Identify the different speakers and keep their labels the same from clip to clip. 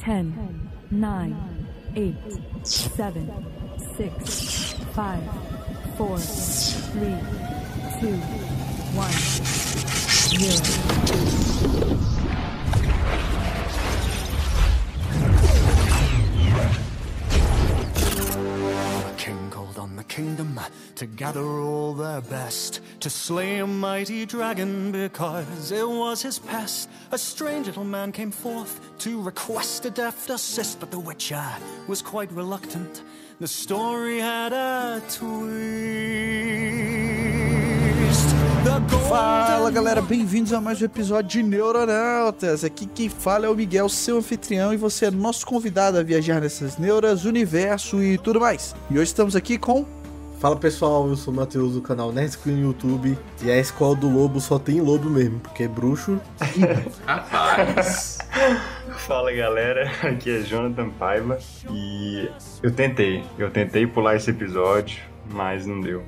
Speaker 1: 10, 9, 8, 7, 6, 5, 4, 3, 2, 1, 0.
Speaker 2: On the kingdom to gather all their best to slay a mighty dragon because it was his pest. A strange little man came forth to request a deft assist, but the Witcher was quite reluctant. The story had a twist.
Speaker 3: Fala galera, bem-vindos a mais um episódio de Neuronautas. Aqui quem fala é o Miguel, seu anfitrião, e você é nosso convidado a viajar nessas neuras, universo e tudo mais. E hoje estamos aqui com...
Speaker 4: Fala pessoal, eu sou o Matheus do canal Nerdscreen no YouTube. E a escola do lobo só tem lobo mesmo, porque é bruxo.
Speaker 5: Rapaz! Fala galera, aqui é Jonathan Paiva. E eu tentei pular esse episódio, mas não deu.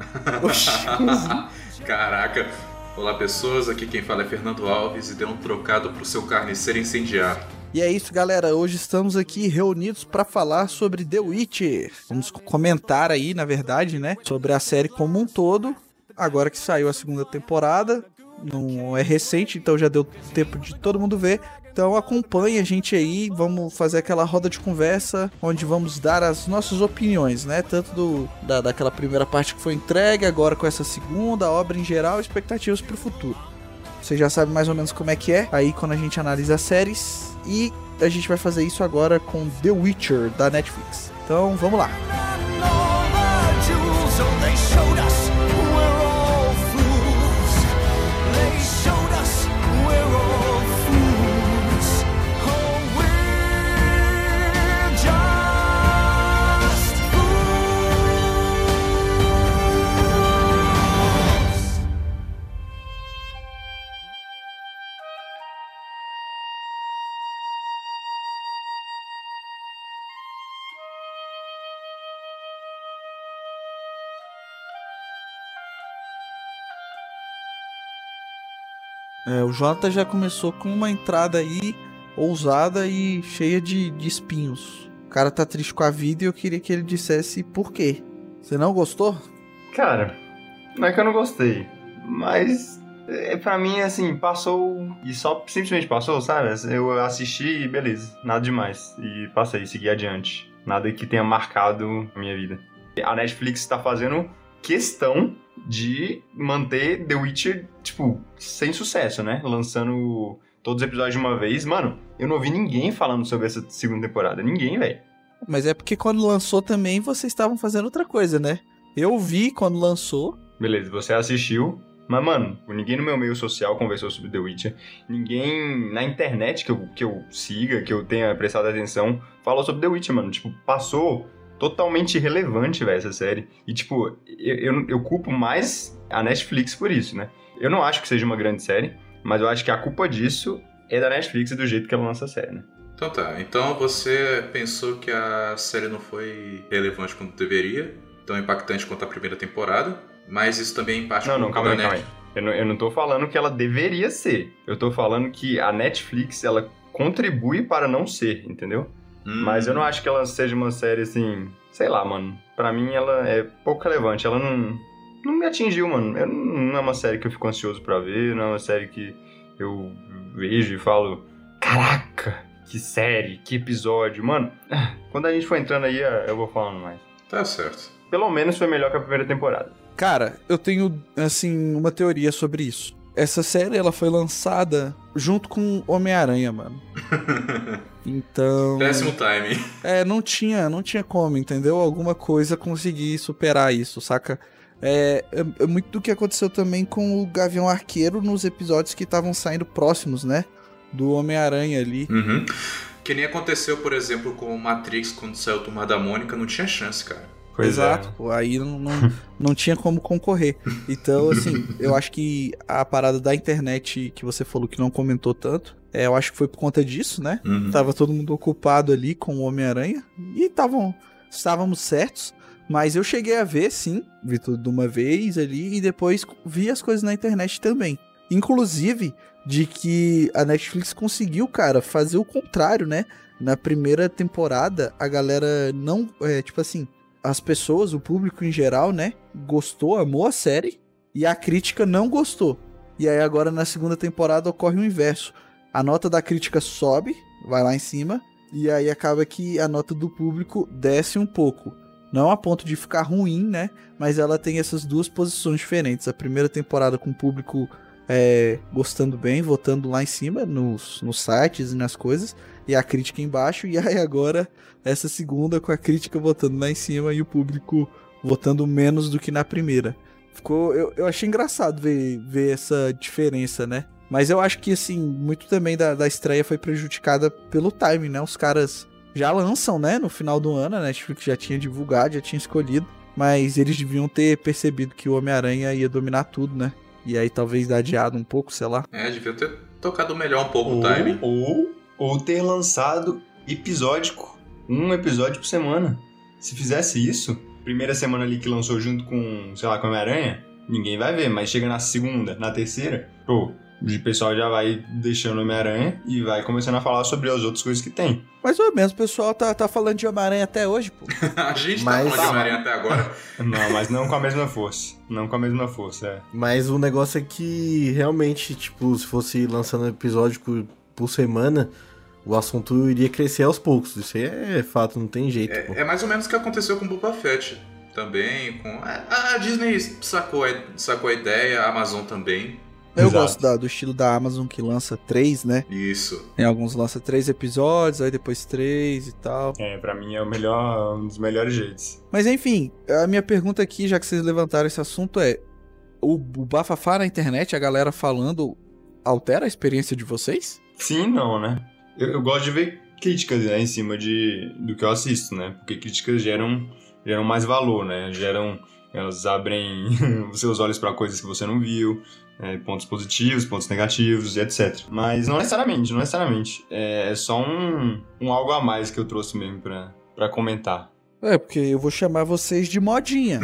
Speaker 6: Caraca! Olá pessoas, aqui quem fala é Fernando Alves e deu um trocado pro seu carniceiro incendiário.
Speaker 3: E é isso galera, hoje estamos aqui reunidos para falar sobre The Witcher. Vamos comentar aí, na verdade, né, sobre a série como um todo, agora que saiu a segunda temporada. Não é recente, então já deu tempo de todo mundo ver. Então acompanhe a gente aí, vamos fazer aquela roda de conversa onde vamos dar as nossas opiniões, né? Tanto daquela primeira parte que foi entregue, agora com essa segunda, a obra em geral, expectativas para o futuro. Você já sabe mais ou menos como é que é, aí quando a gente analisa as séries. E a gente vai fazer isso agora com The Witcher, da Netflix. Então vamos lá. O Jonathan já começou com uma entrada aí ousada e cheia de espinhos. O cara tá triste com a vida e eu queria que ele dissesse por quê. Você não gostou?
Speaker 5: Cara, não é que eu não gostei, mas pra mim, assim, passou e só simplesmente passou, sabe? Eu assisti e beleza, nada demais. E passei, segui adiante. Nada que tenha marcado a minha vida. A Netflix tá fazendo questão de manter The Witcher, tipo, sem sucesso, né? Lançando todos os episódios de uma vez. Mano, eu não ouvi ninguém falando sobre essa segunda temporada. Ninguém, velho.
Speaker 3: Mas é porque quando lançou também, vocês estavam fazendo outra coisa, né? Eu vi quando lançou.
Speaker 5: Beleza, você assistiu. Mas, mano, ninguém no meu meio social conversou sobre The Witcher. Ninguém na internet que eu siga, que eu tenha prestado atenção, falou sobre The Witcher, mano. Tipo, passou totalmente irrelevante, velho, essa série. E, tipo, eu culpo mais a Netflix por isso, né? Eu não acho que seja uma grande série, mas eu acho que a culpa disso é da Netflix e do jeito que ela lança a série, né?
Speaker 6: Então tá, então você pensou que a série não foi relevante quanto deveria, tão impactante quanto a primeira temporada, mas isso também parte
Speaker 5: Não, calma aí. Eu não tô falando que ela deveria ser. Eu tô falando que a Netflix, ela contribui para não ser, entendeu? Mas eu não acho que ela seja uma série assim, sei lá, mano. Pra mim ela é pouco relevante. Ela não me atingiu, mano. Não é uma série que eu fico ansioso pra ver. Não é uma série que eu vejo e falo, caraca, que série, que episódio. Mano, quando a gente for entrando aí, eu vou falando mais.
Speaker 6: Tá certo.
Speaker 5: Pelo menos foi melhor que a primeira temporada.
Speaker 3: Cara, eu tenho, assim, uma teoria sobre isso. Essa série, ela foi lançada junto com Homem-Aranha, mano. Então...
Speaker 6: péssimo timing.
Speaker 3: Não tinha como, entendeu? Alguma coisa conseguir superar isso, saca? É muito do que aconteceu também com o Gavião Arqueiro nos episódios que estavam saindo próximos, né? Do Homem-Aranha ali.
Speaker 6: Uhum. Que nem aconteceu, por exemplo, com o Matrix, quando saiu o Turma da Mônica, não tinha chance, cara.
Speaker 3: Exato, pô, aí não tinha como concorrer. Então, assim, eu acho que a parada da internet que você falou que não comentou tanto, eu acho que foi por conta disso, né?
Speaker 6: Uhum.
Speaker 3: Tava todo mundo ocupado ali com o Homem-Aranha e estávamos certos. Mas eu cheguei a ver, sim, vi tudo de uma vez ali e depois vi as coisas na internet também. Inclusive, de que a Netflix conseguiu, cara, fazer o contrário, né? Na primeira temporada, a galera não... tipo assim, as pessoas, o público em geral, né? Gostou, amou a série. E a crítica não gostou. E aí agora na segunda temporada ocorre o inverso. A nota da crítica sobe, vai lá em cima. E aí acaba que a nota do público desce um pouco. Não a ponto de ficar ruim, né? Mas ela tem essas duas posições diferentes. A primeira temporada com o público gostando bem, votando lá em cima, nos sites e nas coisas. E a crítica embaixo. E aí agora, essa segunda com a crítica votando lá em cima e o público votando menos do que na primeira. Eu achei engraçado ver essa diferença, né? Mas eu acho que, assim, muito também da estreia foi prejudicada pelo time, né? Os caras já lançam, né? No final do ano, a Netflix já tinha divulgado, já tinha escolhido. Mas eles deviam ter percebido que o Homem-Aranha ia dominar tudo, né? E aí talvez dar adiado um pouco, sei lá.
Speaker 6: Devia ter tocado melhor um pouco o timing.
Speaker 5: Ou ter lançado episódico. Um episódio por semana. Se fizesse isso, primeira semana ali que lançou junto com, sei lá, com o Homem-Aranha, ninguém vai ver. Mas chega na segunda, na terceira, o pessoal já vai deixando o Homem-Aranha e vai começando a falar sobre as outras coisas que tem.
Speaker 3: Mais ou menos, o pessoal tá falando de Homem-Aranha até hoje, pô.
Speaker 6: A gente tá falando de Homem-Aranha até agora.
Speaker 5: Não, mas não com a mesma força. Não com a mesma força,
Speaker 4: Mas o negócio é que, realmente, tipo, se fosse lançando episódio por semana, o assunto iria crescer aos poucos. Isso aí é fato, não tem jeito, pô.
Speaker 6: É mais ou menos o que aconteceu com o Boba Fett. Também, a Disney sacou a ideia, a Amazon também.
Speaker 3: Eu
Speaker 5: Exato.
Speaker 3: gosto do estilo da Amazon, que lança 3, né?
Speaker 6: Isso.
Speaker 3: Tem alguns lança 3 episódios, aí depois 3 e tal.
Speaker 5: Pra mim é um dos melhores jeitos.
Speaker 3: Mas enfim, a minha pergunta aqui, já que vocês levantaram esse assunto, o bafafá na internet, a galera falando, altera a experiência de vocês?
Speaker 5: Sim, não, né? Eu gosto de ver críticas, né, em cima do que eu assisto, né? Porque críticas geram mais valor, né? Elas abrem os seus olhos para coisas que você não viu, pontos positivos, pontos negativos e etc. Mas não necessariamente. É só um algo a mais que eu trouxe mesmo pra comentar.
Speaker 3: Porque eu vou chamar vocês de modinha.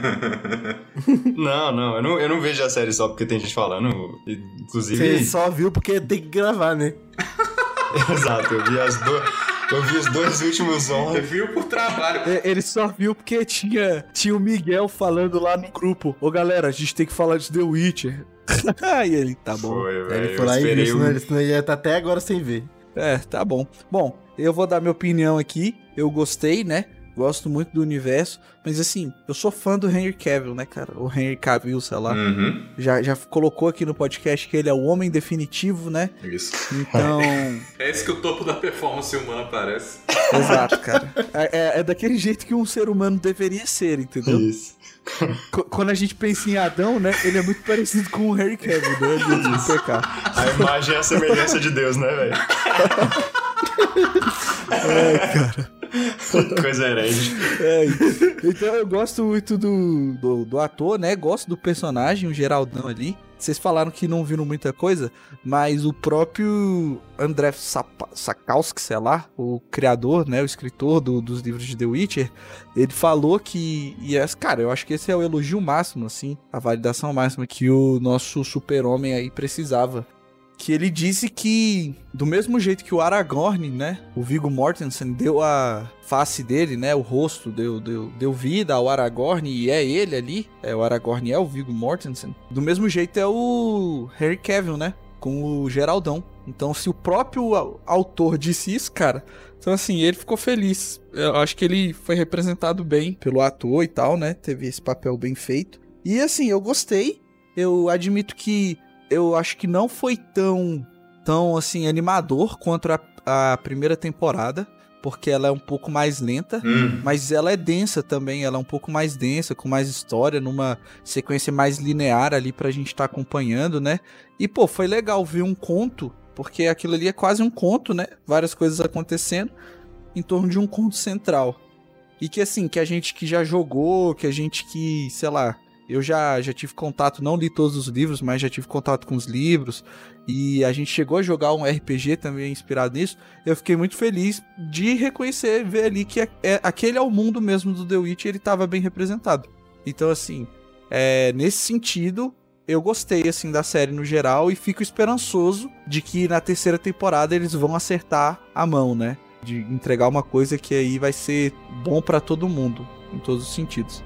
Speaker 5: Não, eu não vejo a série só porque tem gente falando. Inclusive...
Speaker 4: Você só viu porque tem que gravar, né?
Speaker 5: Exato, eu vi os dois últimos
Speaker 6: Você viu por trabalho.
Speaker 3: Ele só viu porque tinha o Miguel falando lá no grupo. Ô galera, a gente tem que falar de The Witcher. E ele, tá bom.
Speaker 5: Foi, velho.
Speaker 4: Ele foi lá e viu, senão ele ia estar até agora sem ver.
Speaker 3: Tá bom. Bom, eu vou dar minha opinião aqui. Eu gostei, né? Gosto muito do universo. Mas assim, eu sou fã do Henry Cavill, né, cara? O Henry Cavill, sei lá.
Speaker 6: Uhum.
Speaker 3: Já colocou aqui no podcast que ele é o homem definitivo, né?
Speaker 6: Isso.
Speaker 3: Então...
Speaker 6: É esse que o topo da performance humana parece.
Speaker 3: Exato, cara. É daquele jeito que um ser humano deveria ser, entendeu?
Speaker 5: Isso.
Speaker 3: Quando a gente pensa em Adão, né? Ele é muito parecido com o Henry Cavill, né? De pecar.
Speaker 5: A imagem é a semelhança de Deus, né, velho?
Speaker 3: Cara.
Speaker 5: Coisa herege.
Speaker 3: Então eu gosto muito do ator, né? Gosto do personagem, o Geraldão ali. Vocês falaram que não viram muita coisa, mas o próprio André Sapkowski, sei lá, o criador, né, o escritor dos livros de The Witcher, ele falou que... cara, eu acho que esse é o elogio máximo, assim, a validação máxima que o nosso super-homem aí precisava. Que ele disse que, do mesmo jeito que o Aragorn, né, o Viggo Mortensen deu a face dele, né, o rosto, deu vida ao Aragorn, e é ele ali, o Aragorn é o Viggo Mortensen, do mesmo jeito é o Henry Cavill, né, com o Geraldão. Então, se o próprio autor disse isso, cara, então assim, ele ficou feliz. Eu acho que ele foi representado bem pelo ator e tal, né, teve esse papel bem feito. E assim, eu gostei, eu admito que eu acho que não foi tão assim, animador quanto a primeira temporada, porque ela é um pouco mais lenta, mas ela é densa também, ela é um pouco mais densa, com mais história, numa sequência mais linear ali pra gente estar acompanhando, né? E, pô, foi legal ver um conto, porque aquilo ali é quase um conto, né? Várias coisas acontecendo em torno de um conto central. E que, assim, que a gente que já jogou, que a gente que, sei lá... Eu já tive contato, não li todos os livros, mas já tive contato com os livros. E a gente chegou a jogar um RPG também inspirado nisso. Eu fiquei muito feliz de reconhecer, ver ali que aquele é o mundo mesmo do The Witcher, ele estava bem representado. Então, assim, nesse sentido, eu gostei, assim, da série no geral e fico esperançoso de que na terceira temporada eles vão acertar a mão, né? De entregar uma coisa que aí vai ser bom pra todo mundo, em todos os sentidos.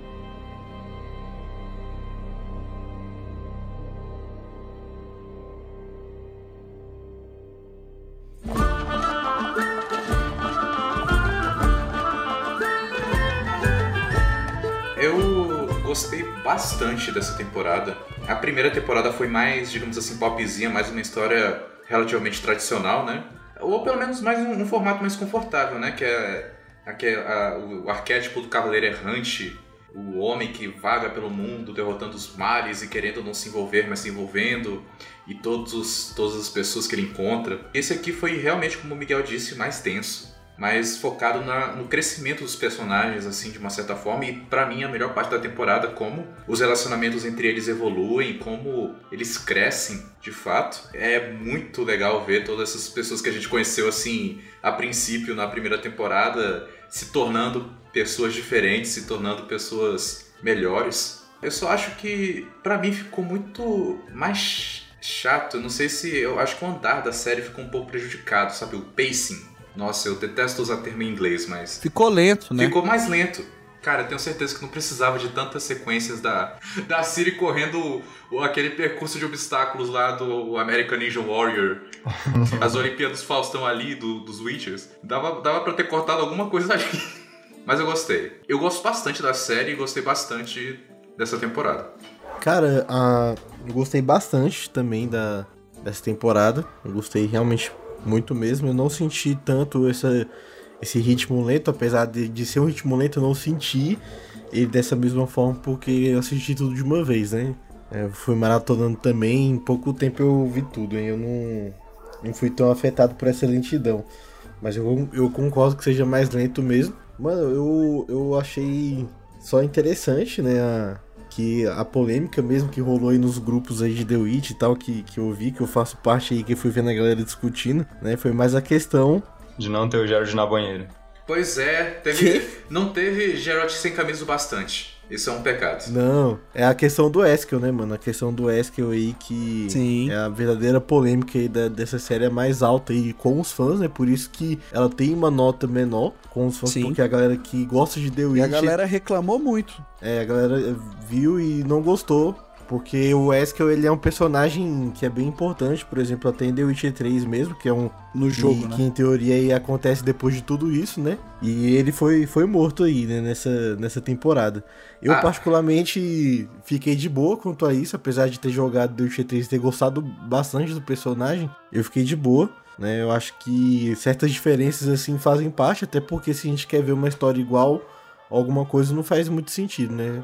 Speaker 6: Eu gostei bastante dessa temporada. A primeira temporada foi mais, digamos assim, popzinha, mais uma história relativamente tradicional, né? Ou pelo menos mais um formato mais confortável, né? Que é o arquétipo do cavaleiro errante, o homem que vaga pelo mundo, derrotando os males e querendo não se envolver, mas se envolvendo, e todas as pessoas que ele encontra. Esse aqui foi realmente, como o Miguel disse, mais denso, mais focado no crescimento dos personagens, assim, de uma certa forma, e pra mim a melhor parte da temporada, como os relacionamentos entre eles evoluem, como eles crescem, de fato. É muito legal ver todas essas pessoas que a gente conheceu, assim, a princípio, na primeira temporada, se tornando pessoas diferentes, se tornando pessoas melhores. Eu só acho que, pra mim, ficou muito mais chato. Não sei se... Eu acho que o andar da série ficou um pouco prejudicado, sabe? O pacing. Nossa, eu detesto usar termo em inglês, mas...
Speaker 3: Ficou lento, né?
Speaker 6: Ficou mais lento. Cara, eu tenho certeza que não precisava de tantas sequências da Ciri correndo aquele percurso de obstáculos lá do American Ninja Warrior. As Olimpíadas Faustão ali, dos Witchers. Dava pra ter cortado alguma coisa ali. Mas eu gostei. Eu gosto bastante da série e gostei bastante dessa temporada.
Speaker 4: Cara, eu gostei bastante também dessa temporada. Eu gostei realmente muito mesmo. Eu não senti tanto esse ritmo lento, apesar de ser um ritmo lento, eu não senti ele dessa mesma forma, porque eu assisti tudo de uma vez, né? Eu fui maratonando também, em pouco tempo eu vi tudo, hein? Eu não fui tão afetado por essa lentidão. Mas eu concordo que seja mais lento mesmo. Mano, eu achei só interessante, né? Que a polêmica mesmo que rolou aí nos grupos aí de The Witch e tal, que eu vi, que eu faço parte aí, que eu fui vendo a galera discutindo, né? Foi mais a questão
Speaker 5: de não ter o Geralt na banheira.
Speaker 6: Pois é, não teve Geralt sem camisa o bastante. Isso é um pecado.
Speaker 4: Não, é a questão do Eskel, né, mano? A questão do Eskel aí que
Speaker 3: Sim.
Speaker 4: É a verdadeira polêmica aí dessa série, é mais alta aí com os fãs, né? Por isso que ela tem uma nota menor com os fãs,
Speaker 3: Sim.
Speaker 4: porque a galera que gosta de The Witch...
Speaker 3: E a galera reclamou muito.
Speaker 4: A galera viu e não gostou, porque o Eskel, ele é um personagem que é bem importante, por exemplo, até em The Witcher 3 mesmo, que é um...
Speaker 3: No jogo, né?
Speaker 4: Que em teoria aí acontece depois de tudo isso, né? E ele foi morto aí, né? Nessa temporada. Eu particularmente fiquei de boa quanto a isso, apesar de ter jogado The Witcher 3 e ter gostado bastante do personagem, eu fiquei de boa, né? Eu acho que certas diferenças assim fazem parte, até porque se a gente quer ver uma história igual, alguma coisa não faz muito sentido, né?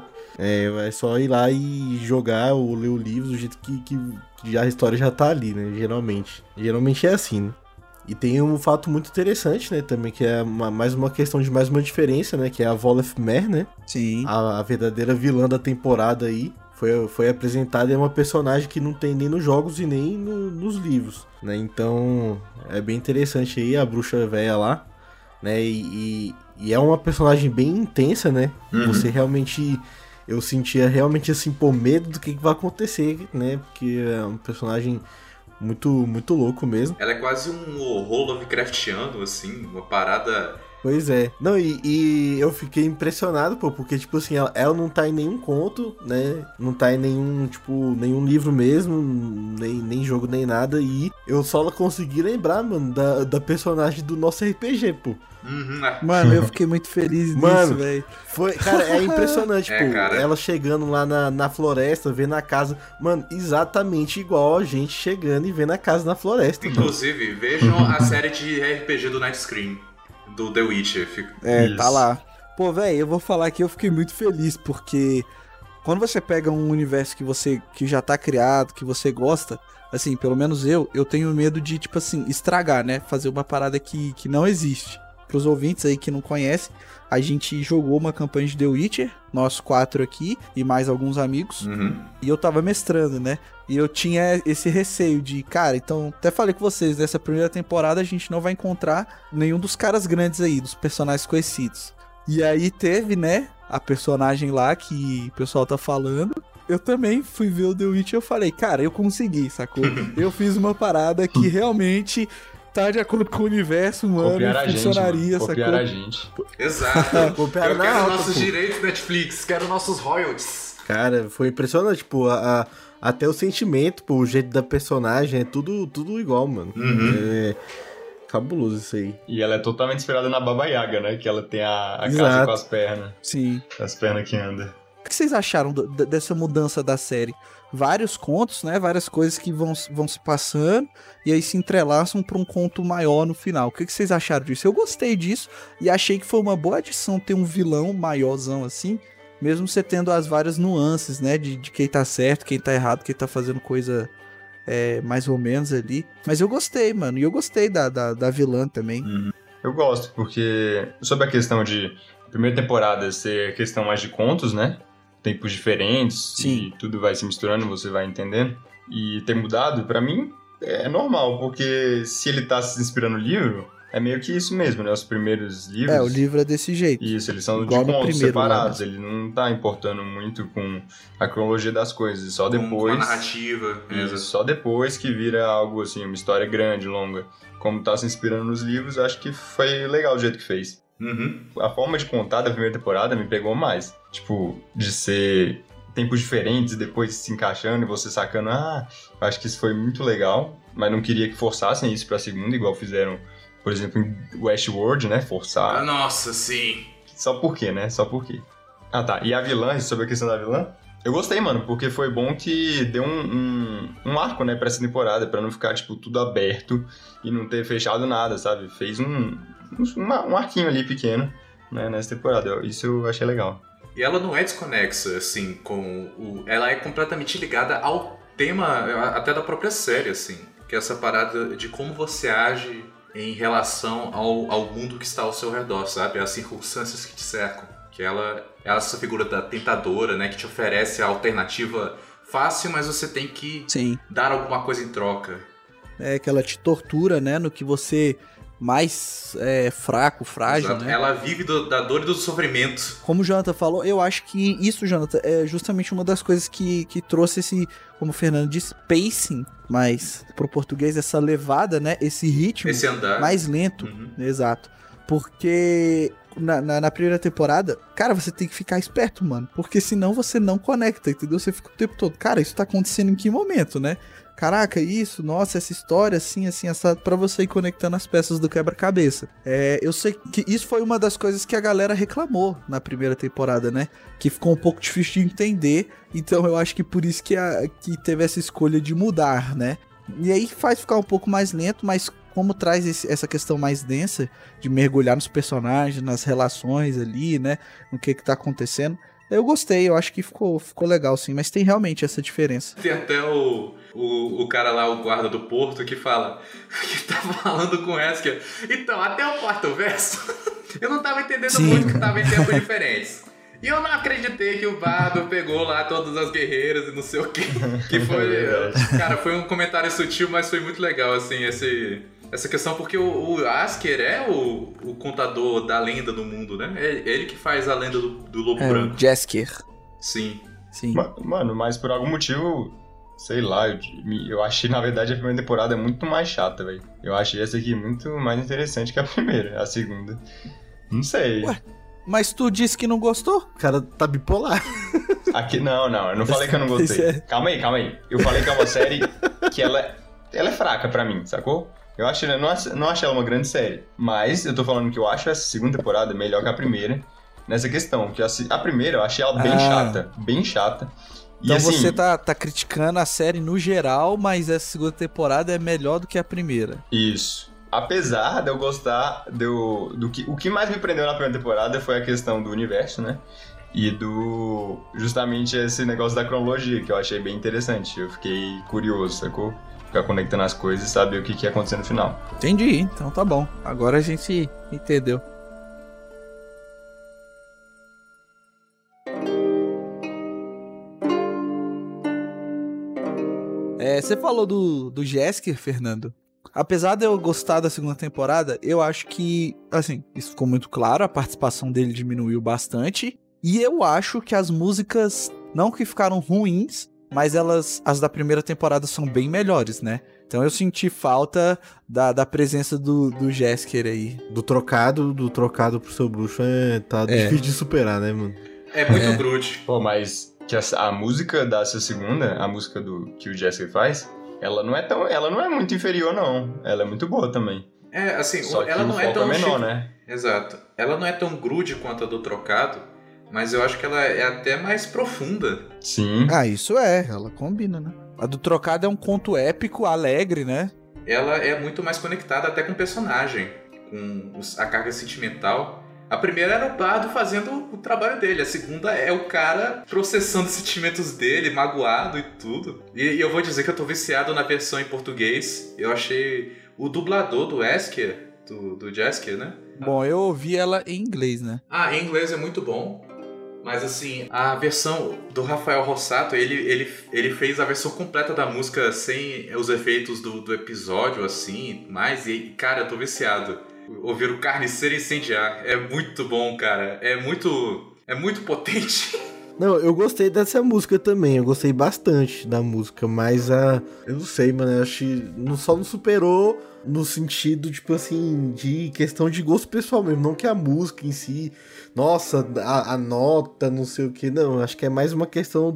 Speaker 4: É só ir lá e jogar ou ler o livro do jeito que a história já tá ali, né? Geralmente é assim, né? E tem um fato muito interessante, né, também, que é mais uma questão de mais uma diferença, né, que é a Volothmer, né?
Speaker 3: Sim.
Speaker 4: A verdadeira vilã da temporada aí foi apresentada, e é uma personagem que não tem nem nos jogos e nem nos livros, né? Então, é bem interessante aí a bruxa velha lá, né? E é uma personagem bem intensa, né?
Speaker 6: Uhum.
Speaker 4: Você realmente... Eu sentia realmente, assim, por medo do que vai acontecer, né? Porque é um personagem... Muito, muito louco mesmo.
Speaker 6: Ela é quase um horror Lovecraftiano, assim, uma parada...
Speaker 4: Pois é. Não, e eu fiquei impressionado, pô, porque, tipo assim, ela não tá em nenhum conto, né? Não tá em nenhum livro mesmo, nem jogo, nem nada. E eu só consegui lembrar, mano, da personagem do nosso RPG, pô.
Speaker 6: Uhum.
Speaker 3: Mano, eu fiquei muito feliz nisso, velho.
Speaker 4: Cara, é impressionante, pô.
Speaker 6: Cara.
Speaker 4: Ela chegando lá na floresta, vendo a casa. Mano, exatamente igual a gente chegando e vendo a casa na floresta.
Speaker 6: Inclusive, vejam a série de RPG do Night Scream, do The Witcher.
Speaker 3: Tá lá. Pô, velho, eu vou falar que eu fiquei muito feliz, porque quando você pega um universo que já tá criado, que você gosta, assim, pelo menos eu tenho medo de, tipo assim, estragar, né? Fazer uma parada que não existe. Pros ouvintes aí que não conhecem, a gente jogou uma campanha de The Witcher, nós 4 aqui, e mais alguns amigos, e eu tava mestrando, né? E eu tinha esse receio de, cara, então, até falei com vocês, nessa primeira temporada a gente não vai encontrar nenhum dos caras grandes aí, dos personagens conhecidos. E aí teve, né, a personagem lá que o pessoal tá falando. Eu também fui ver o The Witcher e eu falei, cara, eu consegui, sacou? Eu fiz uma parada que realmente tá de acordo com o universo, mano,
Speaker 5: Copiaram a gente,
Speaker 3: funcionaria,
Speaker 5: mano. Copiaram a gente.
Speaker 6: Exato.
Speaker 4: Copiaram
Speaker 6: Eu
Speaker 4: na
Speaker 6: quero
Speaker 4: alta,
Speaker 6: nossos
Speaker 4: pô.
Speaker 6: direitos Netflix, quero nossos royalties.
Speaker 4: Cara, foi impressionante, tipo, até o sentimento, pô, o jeito da personagem, é tudo igual, mano. É cabuloso isso aí.
Speaker 5: E ela é totalmente inspirada na Baba Yaga, né? Que ela tem a casa
Speaker 4: Exato.
Speaker 5: com as pernas.
Speaker 3: Sim.
Speaker 5: As pernas que andam.
Speaker 3: O que vocês acharam dessa mudança da série? Vários contos, né? Várias coisas que vão se passando e aí se entrelaçam pra um conto maior no final. O que vocês acharam disso? Eu gostei disso e achei que foi uma boa adição ter um vilão maiorzão assim, mesmo você tendo as várias nuances, né? De quem tá certo, quem tá errado, quem tá fazendo coisa mais ou menos ali. Mas eu gostei, mano. E eu gostei da vilã também.
Speaker 5: Eu gosto, porque sobre a questão de primeira temporada ser questão mais de contos, né? Tempos diferentes.
Speaker 3: Sim.
Speaker 5: E tudo vai se misturando, você vai entendendo. E ter mudado, pra mim, é normal, porque se ele tá se inspirando no livro, é meio que isso mesmo, né? Os primeiros livros.
Speaker 3: O livro é desse jeito.
Speaker 5: Isso, eles são
Speaker 3: Igual
Speaker 5: de
Speaker 3: no
Speaker 5: contos
Speaker 3: primeiro lá,
Speaker 5: separados. Ele não tá importando muito com a cronologia das coisas. Só
Speaker 6: Com a
Speaker 5: depois.
Speaker 6: narrativa.
Speaker 5: Isso, só depois que vira algo assim, uma história grande, longa. Como tá se inspirando nos livros, eu acho que foi legal o jeito que fez.
Speaker 6: Uhum.
Speaker 5: A forma de contar da primeira temporada me pegou mais. Tipo, de ser tempos diferentes e depois se encaixando e você sacando, eu acho que isso foi muito legal, mas não queria que forçassem isso pra segunda, igual fizeram, por exemplo, em Westworld, né? Forçar.
Speaker 6: Nossa, sim.
Speaker 5: Só por quê, né? Só por quê. Ah, tá. E a vilã, sobre a questão da vilã, eu gostei, mano, porque foi bom que deu um arco, né, pra essa temporada, pra não ficar, tipo, tudo aberto e não ter fechado nada, sabe? Fez um arquinho ali pequeno, né, nessa temporada. Isso eu achei legal.
Speaker 6: E ela não é desconexa, assim, com ela é completamente ligada ao tema, até da própria série, assim. Que é essa parada de como você age em relação ao mundo que está ao seu redor, sabe? As circunstâncias que te cercam. Que ela é essa figura da tentadora, né? Que te oferece a alternativa fácil, mas você tem que dar alguma coisa em troca.
Speaker 3: É que ela te tortura, né? No que você mais fraco, frágil,
Speaker 6: Exato.
Speaker 3: né?
Speaker 6: Ela vive da dor e do sofrimento.
Speaker 3: Como o Jonathan falou, eu acho que isso, Jonathan, é justamente uma das coisas que trouxe esse, como o Fernando disse, pacing, mas pro português essa levada, né? Esse ritmo
Speaker 6: Esse andar.
Speaker 3: mais lento.
Speaker 6: Uhum.
Speaker 3: Exato. Porque na primeira temporada, cara, você tem que ficar esperto, mano. Porque senão você não conecta, entendeu? Você fica o tempo todo, cara, isso tá acontecendo em que momento, né? Caraca, isso, nossa, essa história, assim, essa, pra você ir conectando as peças do quebra-cabeça. Eu sei que isso foi uma das coisas que a galera reclamou na primeira temporada, né? Que ficou um pouco difícil de entender, então eu acho que por isso que teve essa escolha de mudar, né? E aí faz ficar um pouco mais lento, mas como traz essa questão mais densa de mergulhar nos personagens, nas relações ali, né? No que tá acontecendo. Eu gostei, eu acho que ficou legal, sim, mas tem realmente essa diferença.
Speaker 6: Tem até o cara lá, o guarda do porto, que fala, que tá falando com o Wesker. Então, até o quarto verso, eu não tava entendendo muito que tava em tempos diferentes. E eu não acreditei que o bardo pegou lá todas as guerreiras e não sei o que. Que foi. Cara, foi um comentário sutil, mas foi muito legal, assim, essa questão, porque o Asker é o contador da lenda do mundo, né? É ele que faz a lenda do lobo branco.
Speaker 3: O Jaskier.
Speaker 6: Sim.
Speaker 5: Mano, mas por algum motivo, sei lá, eu achei, na verdade, a primeira temporada muito mais chata, velho. Eu achei essa aqui muito mais interessante que a primeira, a segunda. Não sei.
Speaker 3: Ué, mas tu disse que não gostou?
Speaker 4: O cara tá bipolar.
Speaker 5: Aqui, não, eu não falei que eu não gostei. Calma aí. Eu falei que é uma série que ela é fraca pra mim, sacou? Eu não acho ela uma grande série. Mas eu tô falando que eu acho essa segunda temporada melhor que a primeira. Nessa questão, que a primeira eu achei ela bem chata. E
Speaker 3: então
Speaker 5: assim,
Speaker 3: você tá criticando a série no geral, mas essa segunda temporada é melhor do que a primeira.
Speaker 5: Isso. Apesar de eu gostar o que mais me prendeu na primeira temporada foi a questão do universo, né? E justamente esse negócio da cronologia, que eu achei bem interessante. Eu fiquei curioso, sacou? Ficar conectando as coisas e saber o que ia acontecer no final.
Speaker 3: Entendi, então tá bom. Agora a gente entendeu. Você falou do Jaskier, Fernando. Apesar de eu gostar da segunda temporada, eu acho que, assim, isso ficou muito claro, a participação dele diminuiu bastante. E eu acho que as músicas, não que ficaram ruins, mas as da primeira temporada são bem melhores, né? Então eu senti falta da presença do Jesker aí.
Speaker 4: Do trocado pro seu bruxo tá difícil de superar, né, mano?
Speaker 6: É muito Groot.
Speaker 5: Pô, mas que a música da sua segunda, a música que o Jesker faz, ela não é muito inferior, não. Ela é muito boa também.
Speaker 6: É, assim,
Speaker 5: Só
Speaker 6: ela
Speaker 5: que
Speaker 6: não
Speaker 5: o
Speaker 6: é
Speaker 5: foco
Speaker 6: tão...
Speaker 5: é menor, né?
Speaker 6: Exato. Ela não é tão Groot quanto a do trocado, mas eu acho que ela é até mais profunda.
Speaker 5: Sim.
Speaker 3: Ah, isso ela combina, né? A do trocado é um conto épico, alegre, né?
Speaker 6: Ela é muito mais conectada até com o personagem, com a carga sentimental. A primeira era o Bardo fazendo o trabalho dele, a segunda é o cara processando os sentimentos dele, magoado e tudo. E eu vou dizer que eu tô viciado na versão em português. Eu achei o dublador do Jesker, do Jesker, né?
Speaker 3: Bom, eu ouvi ela em inglês, né?
Speaker 6: Ah, em inglês é muito bom. Mas assim, a versão do Rafael Rossato, ele fez a versão completa da música sem os efeitos do episódio, assim, e cara, eu tô viciado. Ouvir o Carniceiro Incendiar é muito bom, cara. É muito potente.
Speaker 4: Não, eu gostei dessa música também, eu gostei bastante da música, mas eu não sei, mano, eu acho que só não superou no sentido, tipo assim, de questão de gosto pessoal mesmo, não que a música em si, nossa, a nota, não sei o que, não, acho que é mais uma questão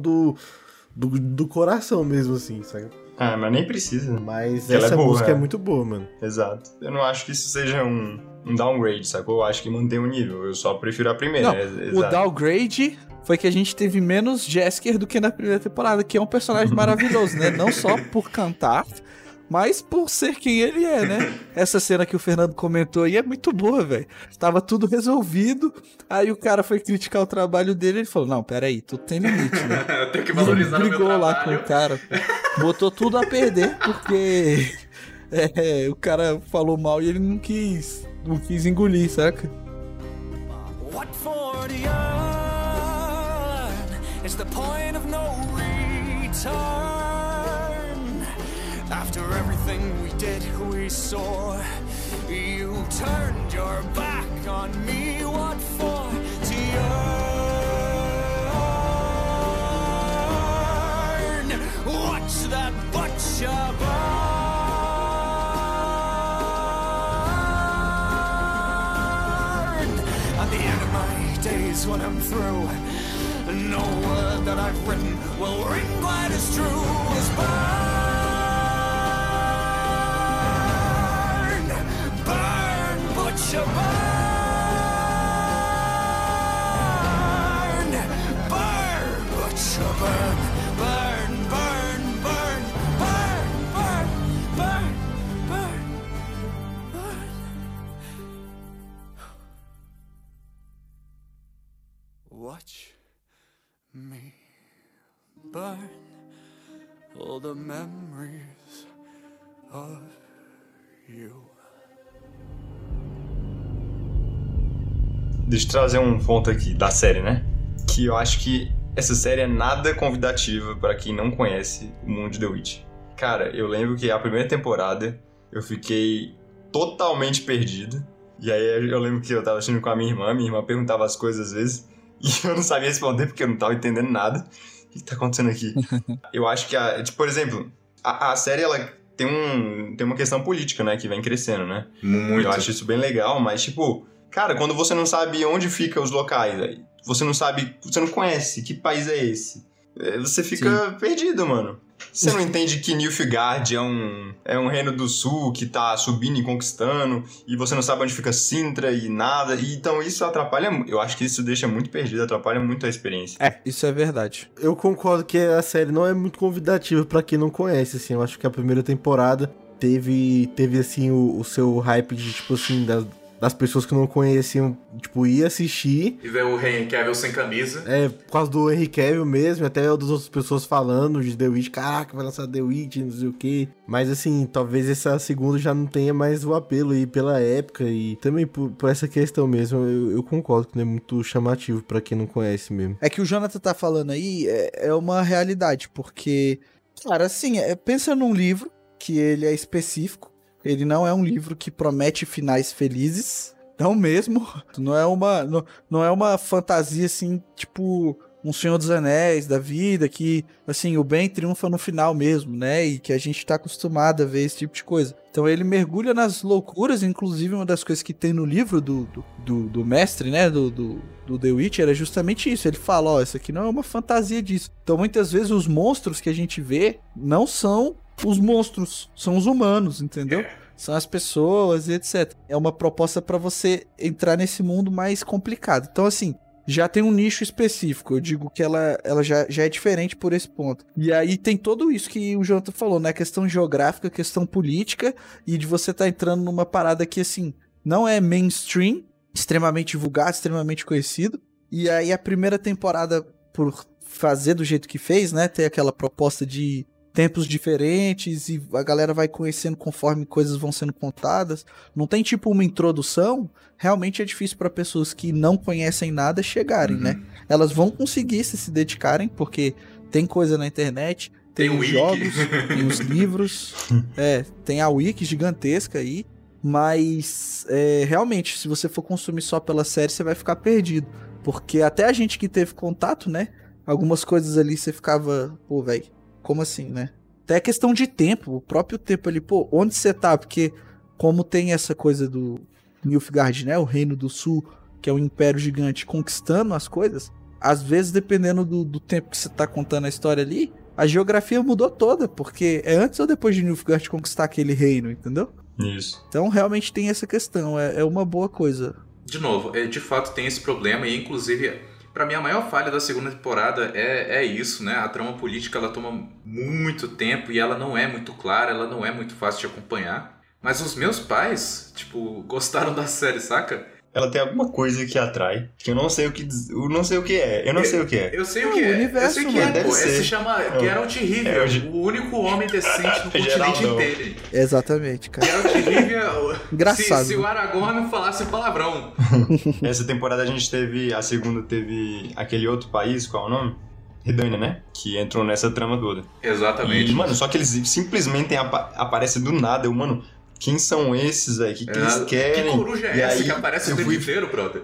Speaker 4: do coração mesmo, assim, sabe?
Speaker 5: Ah, mas nem precisa.
Speaker 4: Mas
Speaker 5: ela
Speaker 4: essa
Speaker 5: é boa,
Speaker 4: música é muito boa, mano.
Speaker 5: Exato. Eu não acho que isso seja um downgrade, sacou? Eu acho que mantém o nível, eu só prefiro a primeira.
Speaker 3: Não, o downgrade foi que a gente teve menos Jesker do que na primeira temporada, que é um personagem maravilhoso, né? Não só por cantar, mas por ser quem ele é, né? Essa cena que o Fernando comentou aí é muito boa, velho. Tava tudo resolvido, aí o cara foi criticar o trabalho dele e ele falou, não, peraí, tudo tem limite, né?
Speaker 6: Eu tenho que valorizar o meu
Speaker 3: brigou lá
Speaker 6: trabalho.
Speaker 3: com o cara, botou tudo a perder, porque o cara falou mal e ele não quis engolir, saca?
Speaker 2: What for the earn is the point of no return. After everything we did, we saw, you turned your back on me. What for to earn? What's that butcher burn? At the end of my days when I'm through, no word that I've written will ring quite as true as burn, burn, butcher, burn, burn, butcher, burn, burn, burn, burn, burn, burn, burn, burn, burn. Watch me burn all the memories of you.
Speaker 5: Deixa eu trazer um ponto aqui da série, né? Que eu acho que essa série é nada convidativa pra quem não conhece o mundo de The Witch. Cara, eu lembro que a primeira temporada eu fiquei totalmente perdido. E aí eu lembro que eu tava assistindo com a minha irmã perguntava as coisas às vezes e eu não sabia responder porque eu não tava entendendo nada. O que tá acontecendo aqui? Eu acho que, tipo, por exemplo, a série ela tem uma questão política, né, que vem crescendo, né?
Speaker 6: Muito.
Speaker 5: Eu acho isso bem legal, mas tipo, cara, quando você não sabe onde ficam os locais, aí, você não conhece que país é esse, você fica perdido, mano. Você não entende que Nilfgaard é um reino do sul que tá subindo e conquistando, e você não sabe onde fica Sintra e nada, e então isso atrapalha, eu acho que isso deixa muito perdido, atrapalha muito a experiência.
Speaker 3: Isso é verdade.
Speaker 4: Eu concordo que a série não é muito convidativa pra quem não conhece, assim. Eu acho que a primeira temporada teve assim, o seu hype de, tipo assim, das pessoas que não conheciam, tipo, ir assistir.
Speaker 6: E ver o Henry Cavill sem camisa.
Speaker 4: Por causa do Henry Cavill mesmo, até das outras pessoas falando de The Witch, caraca, vai lançar The Witch, não sei o quê. Mas assim, talvez essa segunda já não tenha mais o apelo aí pela época e também por essa questão mesmo, eu concordo que não é muito chamativo pra quem não conhece mesmo.
Speaker 3: É que o Jonathan tá falando aí é uma realidade, porque, cara, assim, pensa num livro que ele é específico. Ele não é um livro que promete finais felizes. Não mesmo. Não é uma fantasia assim, tipo, um Senhor dos Anéis da vida, que, assim, o bem triunfa no final mesmo, né? E que a gente tá acostumado a ver esse tipo de coisa. Então ele mergulha nas loucuras, inclusive uma das coisas que tem no livro do mestre, né? Do The Witcher é justamente isso. Ele fala, ó, isso aqui não é uma fantasia disso. Então muitas vezes os monstros que a gente vê não são os monstros, são os humanos, entendeu? São as pessoas e etc. É uma proposta pra você entrar nesse mundo mais complicado. Então, assim, já tem um nicho específico. Eu digo que ela já é diferente por esse ponto. E aí tem tudo isso que o Jonathan falou, né? Questão geográfica, questão política, e de você estar entrando numa parada que, assim, não é mainstream, extremamente divulgado, extremamente conhecido. E aí a primeira temporada, por fazer do jeito que fez, né? Ter aquela proposta de tempos diferentes e a galera vai conhecendo conforme coisas vão sendo contadas. Não tem tipo uma introdução. Realmente é difícil para pessoas que não conhecem nada chegarem, né? Elas vão conseguir se dedicarem, porque tem coisa na internet, tem os jogos, tem os livros, tem a wiki gigantesca aí, mas realmente, se você for consumir só pela série, você vai ficar perdido, porque até a gente que teve contato, né? Algumas coisas ali você ficava, pô, velho, como assim, né? Até questão de tempo, o próprio tempo ali, pô, onde você tá? Porque como tem essa coisa do Nilfgaard, né? O Reino do Sul, que é um império gigante conquistando as coisas, às vezes, dependendo do tempo que você tá contando a história ali, a geografia mudou toda, porque é antes ou depois de Nilfgaard conquistar aquele reino, entendeu?
Speaker 5: Isso.
Speaker 3: Então, realmente tem essa questão, é uma boa coisa.
Speaker 6: De novo, de fato tem esse problema, e inclusive... Pra mim, a maior falha da segunda temporada é isso, né? A trama política, ela toma muito tempo e ela não é muito clara, ela não é muito fácil de acompanhar. Mas os meus pais, tipo, gostaram da série, saca?
Speaker 5: Ela tem alguma coisa que atrai, que eu não sei o que eu não sei o que é. Eu sei o que é.
Speaker 6: Eu sei o que é.
Speaker 3: Universo,
Speaker 6: eu sei o que é,
Speaker 5: deve
Speaker 6: pô.
Speaker 5: ser.
Speaker 6: Se chama Geralt Rivia, o único homem decente no continente
Speaker 5: Geraldão.
Speaker 6: inteiro.
Speaker 3: Exatamente, cara.
Speaker 6: Geralt Rivia,
Speaker 3: Engraçado.
Speaker 6: se o Aragorn falasse palavrão.
Speaker 5: Essa temporada a gente teve, a segunda teve aquele outro país, qual é o nome? Redânia, né? Que entrou nessa trama toda.
Speaker 6: Exatamente.
Speaker 5: E, mano, só que eles simplesmente aparecem do nada. Mano, quem são esses, velho? O que eles querem?
Speaker 6: Que coruja é essa que aparece o tempo inteiro, brother?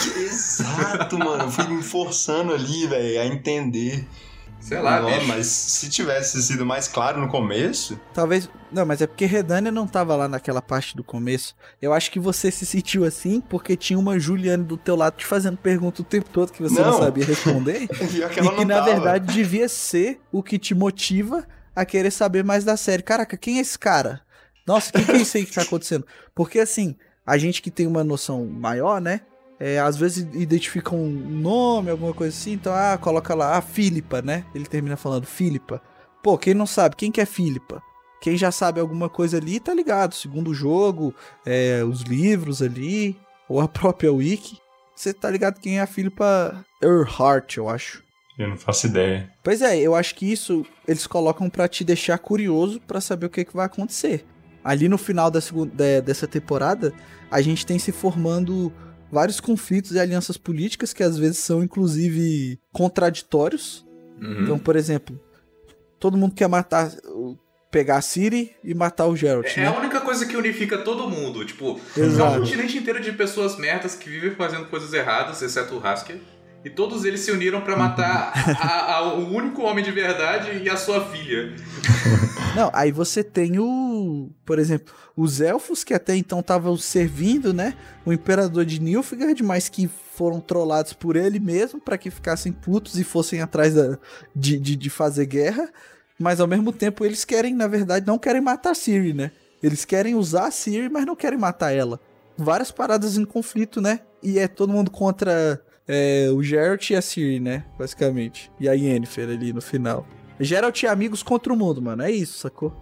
Speaker 5: Exato, mano. Eu fui me forçando ali, velho, a entender.
Speaker 6: Sei lá, bicho.
Speaker 5: Mas se tivesse sido mais claro no começo...
Speaker 3: Talvez... Não, mas é porque Redânia não tava lá naquela parte do começo. Eu acho que você se sentiu assim porque tinha uma Juliane do teu lado te fazendo pergunta o tempo todo que você não sabia responder.
Speaker 5: Pior que
Speaker 3: E
Speaker 5: ela
Speaker 3: que,
Speaker 5: não
Speaker 3: na
Speaker 5: tava.
Speaker 3: verdade, devia ser o que te motiva a querer saber mais da série. Caraca, quem é esse cara? Nossa, o que é isso aí que tá acontecendo? Porque, assim, a gente que tem uma noção maior, né? Às vezes identifica um nome, alguma coisa assim, então, coloca lá, Filipa, né? Ele termina falando Filipa. Pô, quem não sabe, quem que é Filipa? Quem já sabe alguma coisa ali, tá ligado. Segundo o jogo, os livros ali, ou a própria wiki, você tá ligado quem é a Filipa Earhart, eu acho.
Speaker 5: Eu não faço ideia.
Speaker 3: Pois é, eu acho que isso eles colocam pra te deixar curioso pra saber o que vai acontecer. Ali no final dessa temporada, a gente tem se formando vários conflitos e alianças políticas que às vezes são, inclusive, contraditórios. Então, por exemplo, todo mundo quer pegar a Ciri e matar o Geralt, né?
Speaker 6: É a única coisa que unifica todo mundo. Tipo,
Speaker 3: Exato.
Speaker 6: é um continente inteiro de pessoas merdas que vivem fazendo coisas erradas, exceto o Haskell. E todos eles se uniram pra matar o único homem de verdade e a sua filha.
Speaker 3: Não, aí você tem por exemplo, os elfos que até então estavam servindo, né? O imperador de Nilfgaard, mas que foram trollados por ele mesmo pra que ficassem putos e fossem atrás de fazer guerra. Mas ao mesmo tempo eles querem, na verdade, não querem matar a Ciri, né? Eles querem usar a Ciri, mas não querem matar ela. Várias paradas em conflito, né? E é todo mundo contra o Geralt e a Ciri, né? Basicamente. E a Yennefer ali no final. Geralt e amigos contra o mundo, mano. É isso, sacou?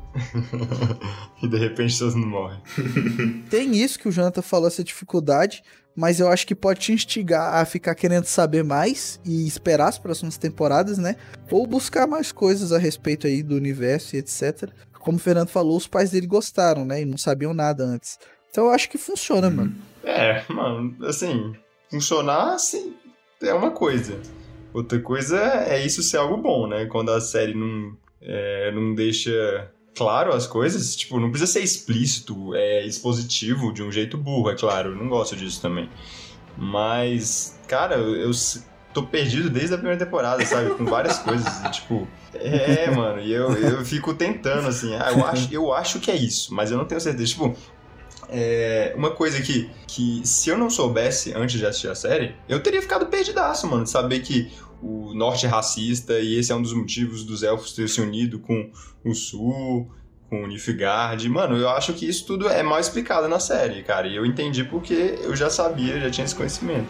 Speaker 5: E de repente todos não morrem.
Speaker 3: Tem isso que o Jonathan falou, essa dificuldade, mas eu acho que pode te instigar a ficar querendo saber mais e esperar as próximas temporadas, né? Ou buscar mais coisas a respeito aí do universo e etc. Como o Fernando falou, os pais dele gostaram, né? E não sabiam nada antes. Então eu acho que funciona, mano.
Speaker 5: Mano, assim, funcionar, assim, é uma coisa. Outra coisa é isso ser algo bom, né? Quando a série não deixa claro as coisas, tipo, não precisa ser explícito, expositivo de um jeito burro, é claro, eu não gosto disso também. Mas, cara, tô perdido desde a primeira temporada, sabe? Com várias coisas. E, tipo, mano, e eu fico tentando, assim. Eu acho que é isso, mas eu não tenho certeza. Tipo, uma coisa que se eu não soubesse antes de assistir a série, eu teria ficado perdidaço, mano, de saber que o norte é racista e esse é um dos motivos dos elfos terem se unido com o sul, com o Nilfgaard. Mano, eu acho que isso tudo é mal explicado na série, cara, e eu entendi porque eu já sabia, já tinha esse conhecimento.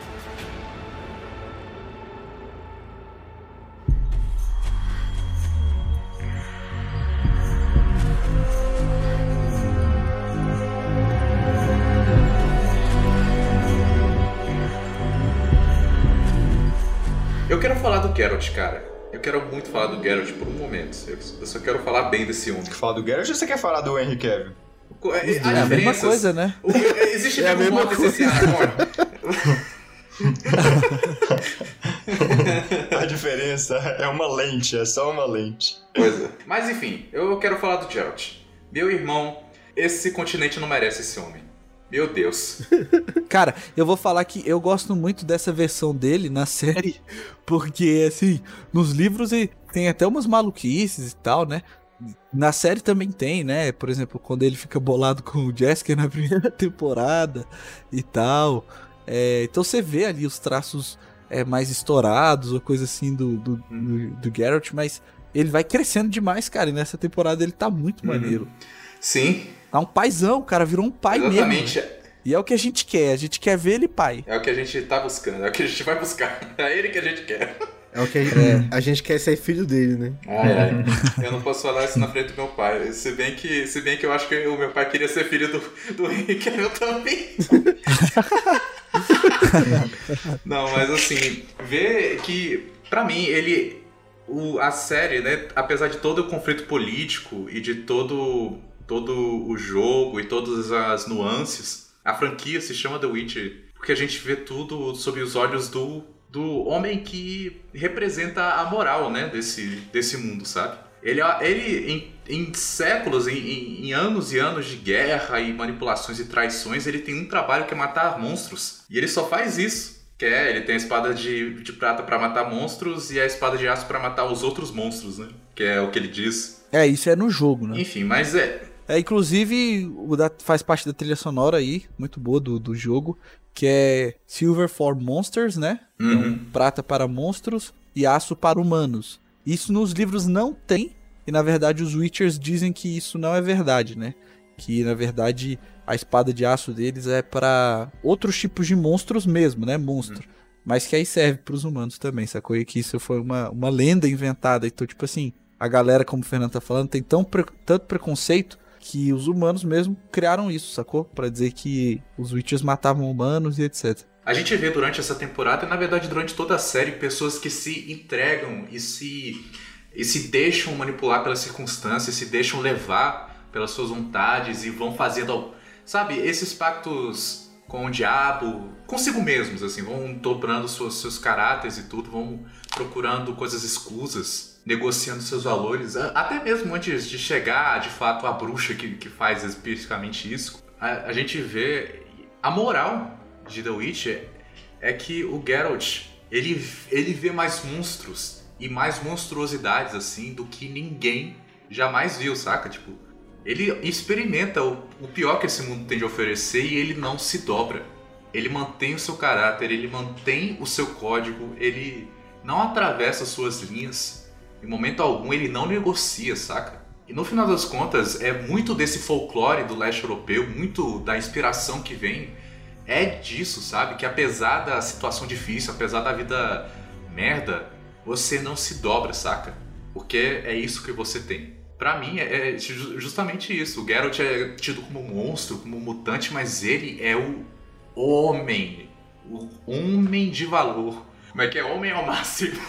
Speaker 6: Eu quero falar do Geralt, cara. Eu quero muito falar do Geralt por um momento. Eu só quero falar bem desse homem.
Speaker 5: Você quer falar do Geralt ou você quer falar do Henry Cavill?
Speaker 3: É a mesma coisa, né?
Speaker 6: Existe a mesma coisa.
Speaker 5: A diferença é uma lente, é só uma lente.
Speaker 6: Pois é. Mas enfim, eu quero falar do Geralt. Meu irmão, esse continente não merece esse homem. Meu Deus.
Speaker 3: Cara, eu vou falar que eu gosto muito dessa versão dele na série, porque, assim, nos livros tem até umas maluquices e tal, né? Na série também tem, né? Por exemplo, quando ele fica bolado com o Jaskier na primeira temporada e tal. Então você vê ali os traços mais estourados ou coisa assim do Geralt, mas ele vai crescendo demais, cara, e nessa temporada ele tá muito maneiro.
Speaker 6: Sim.
Speaker 3: Tá um paizão, o cara virou um pai
Speaker 6: Exatamente.
Speaker 3: mesmo. E é o que a gente quer ver ele pai.
Speaker 6: É o que a gente tá buscando, é o que a gente vai buscar. É ele que a gente quer.
Speaker 4: É o que a gente quer ser filho dele, né?
Speaker 6: Eu não posso falar isso na frente do meu pai. Se bem que eu acho que o meu pai queria ser filho do Henrique, eu também. Não, mas assim, ver que, pra mim, a série, né, apesar de todo o conflito político e de todo o jogo e todas as nuances, a franquia se chama The Witcher porque a gente vê tudo sob os olhos do homem que representa a moral, né, desse mundo, sabe? Ele em séculos, em anos e anos de guerra e manipulações e traições, ele tem um trabalho que é matar monstros. E ele só faz isso. Ele tem a espada de prata pra matar monstros e a espada de aço pra matar os outros monstros, né? Que é o que ele diz.
Speaker 3: Isso é no jogo, né?
Speaker 6: Enfim, mas
Speaker 3: inclusive, faz parte da trilha sonora aí, muito boa do jogo, que é Silver for Monsters, né?
Speaker 6: Uhum.
Speaker 3: Então, prata para monstros e aço para humanos. Isso nos livros não tem, e na verdade os Witchers dizem que isso não é verdade, né? Que na verdade a espada de aço deles é para outros tipos de monstros mesmo, né? Monstro. Mas que aí serve para os humanos também, sacou? E que isso foi uma lenda inventada. Então, tipo assim, a galera, como o Fernando tá falando, tem tanto preconceito que os humanos mesmo criaram isso, sacou? Pra dizer que os Witchers matavam humanos e etc.
Speaker 6: A gente vê durante essa temporada, e na verdade durante toda a série, pessoas que se entregam e se deixam manipular pelas circunstâncias, se deixam levar pelas suas vontades e vão fazendo, sabe, esses pactos com o diabo, consigo mesmos, assim, vão dobrando seus caráteres e tudo, vão procurando coisas escusas, negociando seus valores, até mesmo antes de chegar, de fato, a bruxa que faz especificamente isso. A gente vê a moral de The Witcher é que o Geralt, ele vê mais monstros e mais monstruosidades, assim, do que ninguém jamais viu, saca? Tipo, ele experimenta o pior que esse mundo tem de oferecer e ele não se dobra. Ele mantém o seu caráter, ele mantém o seu código, ele não atravessa suas linhas. Em momento algum ele não negocia, saca? E no final das contas, é muito desse folclore do leste europeu, muito da inspiração que vem, é disso, sabe? Que apesar da situação difícil, apesar da vida merda, você não se dobra, saca? Porque é isso que você tem. Pra mim, é justamente isso. O Geralt é tido como um monstro, como um mutante, mas ele é o homem de valor. Como é que é? Homem ao máximo.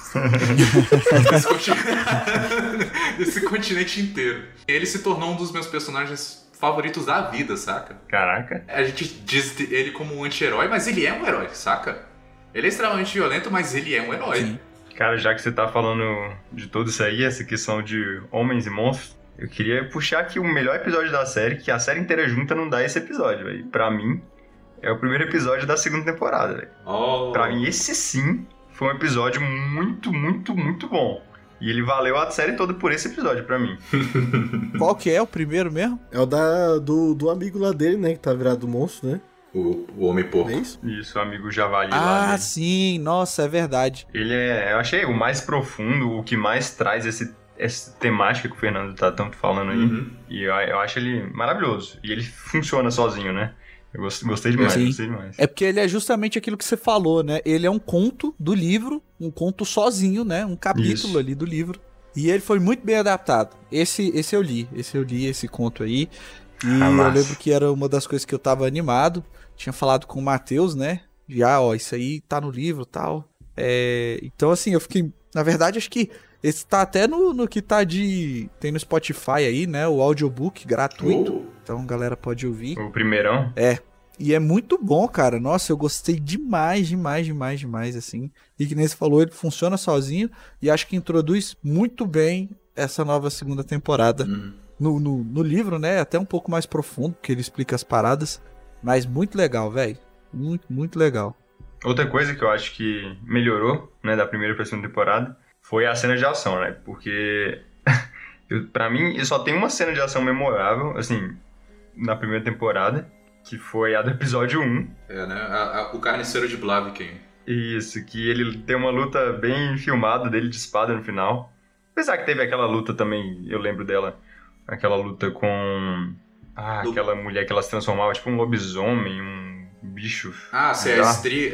Speaker 6: Desse continente inteiro. Ele se tornou um dos meus personagens favoritos da vida, saca?
Speaker 5: Caraca.
Speaker 6: A gente diz ele como um anti-herói, mas ele é um herói, saca? Ele é extremamente violento, mas ele é um herói.
Speaker 3: Sim.
Speaker 5: Cara, já que você tá falando de tudo isso aí, essa questão de homens e monstros, eu queria puxar aqui o melhor episódio da série, que a série inteira junta não dá esse episódio, velho. Pra mim, é o primeiro episódio da segunda temporada, velho.
Speaker 6: Oh.
Speaker 5: Pra mim, esse sim foi um episódio muito, muito, muito bom. E ele valeu a série toda por esse episódio, pra mim.
Speaker 3: Qual que é o primeiro mesmo?
Speaker 4: É o do amigo lá dele, né? Que tá virado monstro, né?
Speaker 6: O Homem-Porco.
Speaker 4: É isso?
Speaker 5: Isso, o amigo Javali lá.
Speaker 3: Ah, sim, nossa, é verdade.
Speaker 5: Ele eu achei o mais profundo, o que mais traz essa temática que o Fernando tá tanto falando aí.
Speaker 6: Uhum.
Speaker 5: E eu acho ele maravilhoso. E ele funciona sozinho, né? Eu gostei demais,
Speaker 3: Sim.
Speaker 5: gostei demais.
Speaker 3: É porque ele é justamente aquilo que você falou, né? Ele é um conto do livro, um conto sozinho, né? Um capítulo
Speaker 5: Isso.
Speaker 3: ali do livro. E ele foi muito bem adaptado. Esse eu li esse conto aí. E eu
Speaker 5: massa.
Speaker 3: lembro que era uma das coisas que eu tava animado. Tinha falado com o Matheus, né? Já, ó, isso aí tá no livro e tal. Então, assim, eu fiquei... Na verdade, acho que esse tá até no que tá tem no Spotify aí, né? O audiobook gratuito.
Speaker 6: Oh.
Speaker 3: Então, a galera pode ouvir.
Speaker 5: O primeirão.
Speaker 3: E é muito bom, cara. Nossa, eu gostei demais, assim. E que nem você falou, ele funciona sozinho. E acho que introduz muito bem essa nova segunda temporada.
Speaker 6: Uhum.
Speaker 3: No livro, né? Até um pouco mais profundo, porque ele explica as paradas. Mas muito legal, velho. Muito, muito legal.
Speaker 5: Outra coisa que eu acho que melhorou, né, da primeira pra segunda temporada, foi a cena de ação, né? Porque, pra mim, só tem uma cena de ação memorável, assim, na primeira temporada, que foi a do episódio 1.
Speaker 6: É, né? O Carniceiro de Blaviken.
Speaker 5: Isso, que ele tem uma luta bem filmada dele de espada no final. Apesar que teve aquela luta também, eu lembro dela, aquela luta com aquela mulher que ela se transformava, tipo um lobisomem, um bicho.
Speaker 6: Ah, você é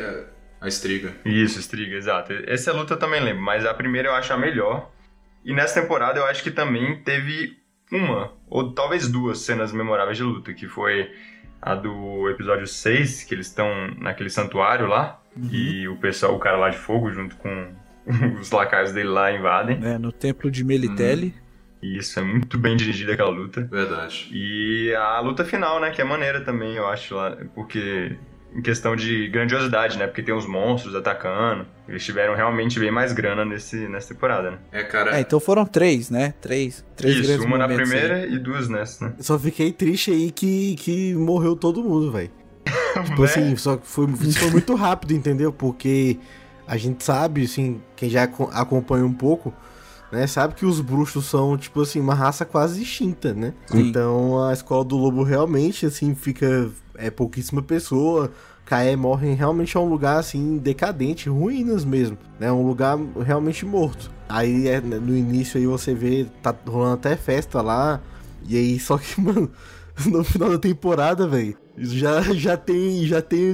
Speaker 6: a Estriga.
Speaker 5: Isso, Estriga, exato. Essa luta eu também lembro, mas a primeira eu acho a melhor. E nessa temporada eu acho que também teve uma, ou talvez duas cenas memoráveis de luta, que foi a do episódio 6, que eles estão naquele santuário lá, e o cara lá de fogo junto com os lacaios dele lá invadem.
Speaker 3: No templo de Melitele.
Speaker 5: E isso, é muito bem dirigida aquela luta.
Speaker 6: Verdade.
Speaker 5: E a luta final, né, que é maneira também, eu acho, lá, porque em questão de grandiosidade, né, porque tem os monstros atacando, eles tiveram realmente bem mais grana nessa temporada, né.
Speaker 6: Cara...
Speaker 3: então foram 3, né, três
Speaker 5: isso,
Speaker 3: grandes
Speaker 5: uma na
Speaker 3: momentos
Speaker 5: primeira
Speaker 3: aí.
Speaker 5: e duas nessa, né.
Speaker 4: Só fiquei triste aí que morreu todo mundo, velho. Tipo assim, só que foi muito rápido, entendeu? Porque a gente sabe, assim, quem já acompanha um pouco, né, sabe que os bruxos são, tipo assim, uma raça quase extinta, né?
Speaker 3: Sim.
Speaker 4: Então a escola do lobo realmente, assim, fica... pouquíssima pessoa. Caé morre realmente é um lugar, assim, decadente, ruínas mesmo, né? Um lugar realmente morto. Aí, no início, aí você vê, tá rolando até festa lá, e aí, só que, mano, no final da temporada, velho, já tem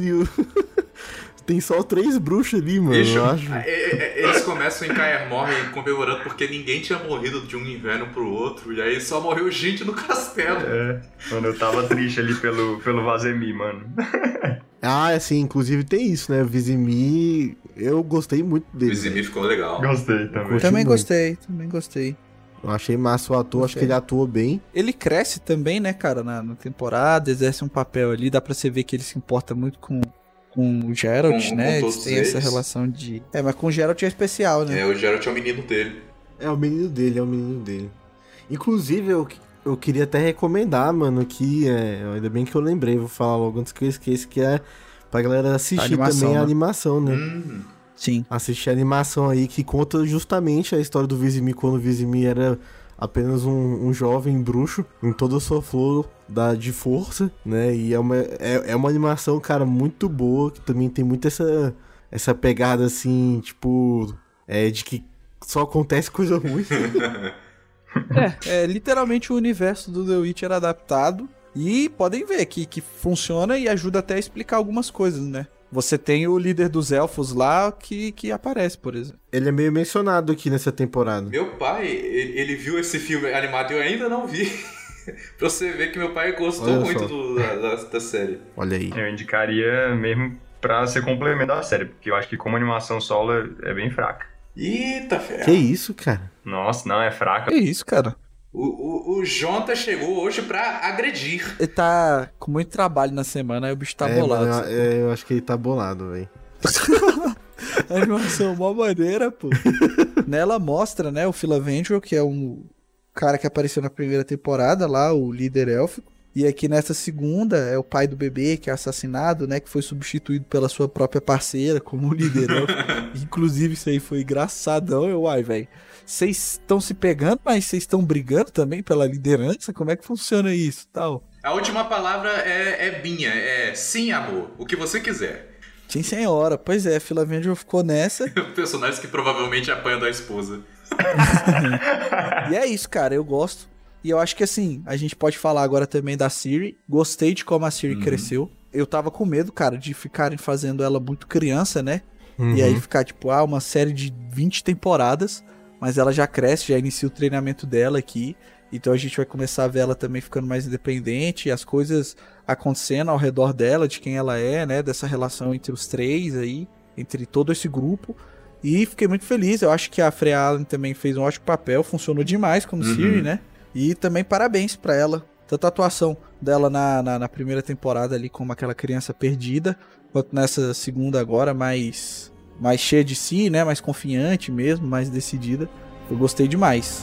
Speaker 4: tem só 3 bruxos ali, mano,
Speaker 6: Bicho,
Speaker 4: eu acho.
Speaker 6: Eles começam em Caer Morre comemorando porque ninguém tinha morrido de um inverno pro outro, e aí só morreu gente no castelo.
Speaker 5: Mano, eu tava triste ali pelo Vazemi, mano.
Speaker 4: Assim, inclusive tem isso, né? O Vizimi, eu gostei muito dele.
Speaker 6: O Vizimi ficou legal.
Speaker 5: Gostei também.
Speaker 3: Também
Speaker 4: muito.
Speaker 3: gostei.
Speaker 4: Eu achei massa o ator, acho que ele atuou bem.
Speaker 3: Ele cresce também, né, cara, na temporada, exerce um papel ali, dá pra você ver que ele se importa muito com o Geralt, né? Eles têm essa relação de... mas com o Geralt é especial, né?
Speaker 6: O Geralt é o menino dele.
Speaker 4: É o menino dele. Inclusive, eu queria até recomendar, mano, que ainda bem que eu lembrei, vou falar logo antes que eu esqueça, que é pra galera assistir também a animação, né?
Speaker 3: Sim.
Speaker 4: Assistir a animação aí que conta justamente a história do Vizimi, quando o Vizimi era apenas um jovem bruxo em toda a sua flor de força, né? E é uma animação, cara, muito boa, que também tem muito essa pegada, assim, tipo, de que só acontece coisa ruim.
Speaker 3: Literalmente o universo do The Witcher adaptado. E podem ver que funciona e ajuda até a explicar algumas coisas, né? Você tem o líder dos elfos lá que aparece, por exemplo. Ele
Speaker 4: é meio mencionado aqui nessa temporada.
Speaker 6: Meu pai, ele viu esse filme animado e eu ainda não vi. Pra você ver que meu pai gostou muito da série.
Speaker 4: Olha aí.
Speaker 5: Eu indicaria mesmo pra ser complemento da série, porque eu acho que como animação solo é bem fraca.
Speaker 6: Eita, ferro.
Speaker 4: Que isso, cara?
Speaker 5: Nossa, não, é fraca.
Speaker 3: Que isso, cara?
Speaker 6: O Jonta chegou hoje pra agredir.
Speaker 3: Ele tá com muito trabalho na semana, aí o bicho tá bolado.
Speaker 4: Mano, eu acho que ele tá bolado, velho.
Speaker 3: A animação mó maneira, pô. Nela mostra, né, o Philavendrel, que é um cara que apareceu na primeira temporada lá, o líder élfico. E aqui nessa segunda é o pai do bebê que é assassinado, né? Que foi substituído pela sua própria parceira como líder. Inclusive isso aí foi engraçadão. Uai, velho. Vocês estão se pegando, mas vocês estão brigando também pela liderança? Como é que funciona isso, tal?
Speaker 6: A última palavra é minha, é sim, amor, o que você quiser.
Speaker 3: Sim, senhora. Pois é, Philavenger ficou nessa.
Speaker 6: Personagens que provavelmente apanham da esposa.
Speaker 3: E é isso, cara, eu gosto. E eu acho que assim, a gente pode falar agora também da Ciri. Gostei de como a Ciri cresceu. Eu tava com medo, cara, de ficarem fazendo ela muito criança, né? E aí ficar, tipo, uma série de 20 temporadas. Mas ela já cresce, já inicia o treinamento dela aqui. Então a gente vai começar a ver ela também ficando mais independente. As coisas acontecendo ao redor dela, de quem ela é, né? Dessa relação entre os três aí. Entre todo esse grupo. E fiquei muito feliz. Eu acho que a Freya Allan também fez um ótimo papel. Funcionou demais como Ciri, né? E também parabéns pra ela. Tanto a atuação dela na primeira temporada ali como aquela criança perdida, quanto nessa segunda agora mais cheia de si, né? Mais confiante mesmo, mais decidida. Eu gostei demais.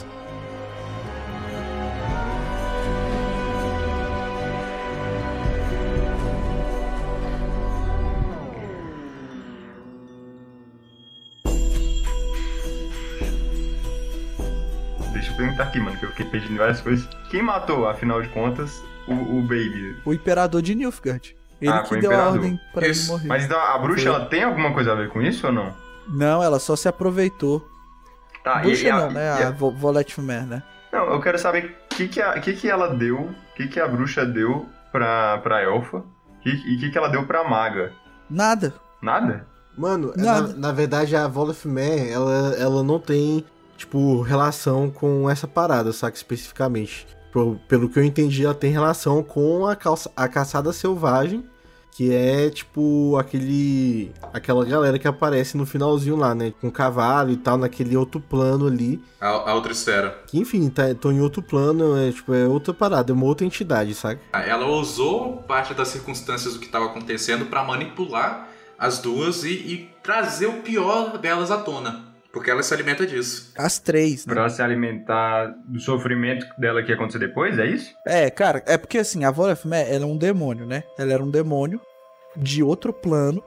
Speaker 5: Deixa eu perguntar aqui, mano, que eu fiquei pedindo várias coisas. Quem matou, afinal de contas, o Baby?
Speaker 3: O Imperador de Nilfgaard. Ele que
Speaker 5: foi o
Speaker 3: deu a
Speaker 5: Imperador.
Speaker 3: ordem pra ele morrer.
Speaker 5: Mas então a bruxa, ela tem alguma coisa a ver com isso ou não?
Speaker 3: Não, ela só se aproveitou.
Speaker 5: Tá,
Speaker 3: Bruxa não, né? A Volatmer, né?
Speaker 5: Não, eu quero saber o que ela deu, o que a bruxa deu pra elfa e o que ela deu pra maga.
Speaker 3: Nada.
Speaker 5: Nada?
Speaker 4: Mano,
Speaker 3: Nada.
Speaker 4: na verdade a Volfmer, ela não tem, tipo, relação com essa parada, saca? Especificamente. Pelo que eu entendi, ela tem relação com a caçada selvagem, que é, tipo, aquela galera que aparece no finalzinho lá, né? Com cavalo e tal, naquele outro plano ali.
Speaker 6: A outra esfera.
Speaker 4: Que, enfim, tô em outro plano, é outra parada, é uma outra entidade, saca?
Speaker 6: Ela usou parte das circunstâncias do que estava acontecendo pra manipular as duas e trazer o pior delas à tona. Porque ela se alimenta disso.
Speaker 3: As três, né?
Speaker 5: Pra se alimentar do sofrimento dela que ia acontecer depois, é isso?
Speaker 3: É, cara, é porque assim, a Volfmer, ela é um demônio, né? Ela era um demônio de outro plano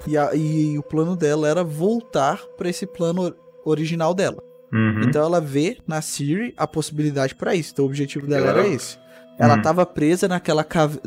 Speaker 3: e o plano dela era voltar pra esse plano original dela. Então ela vê na Ciri a possibilidade pra isso. Então o objetivo dela era esse. Ela tava presa naquela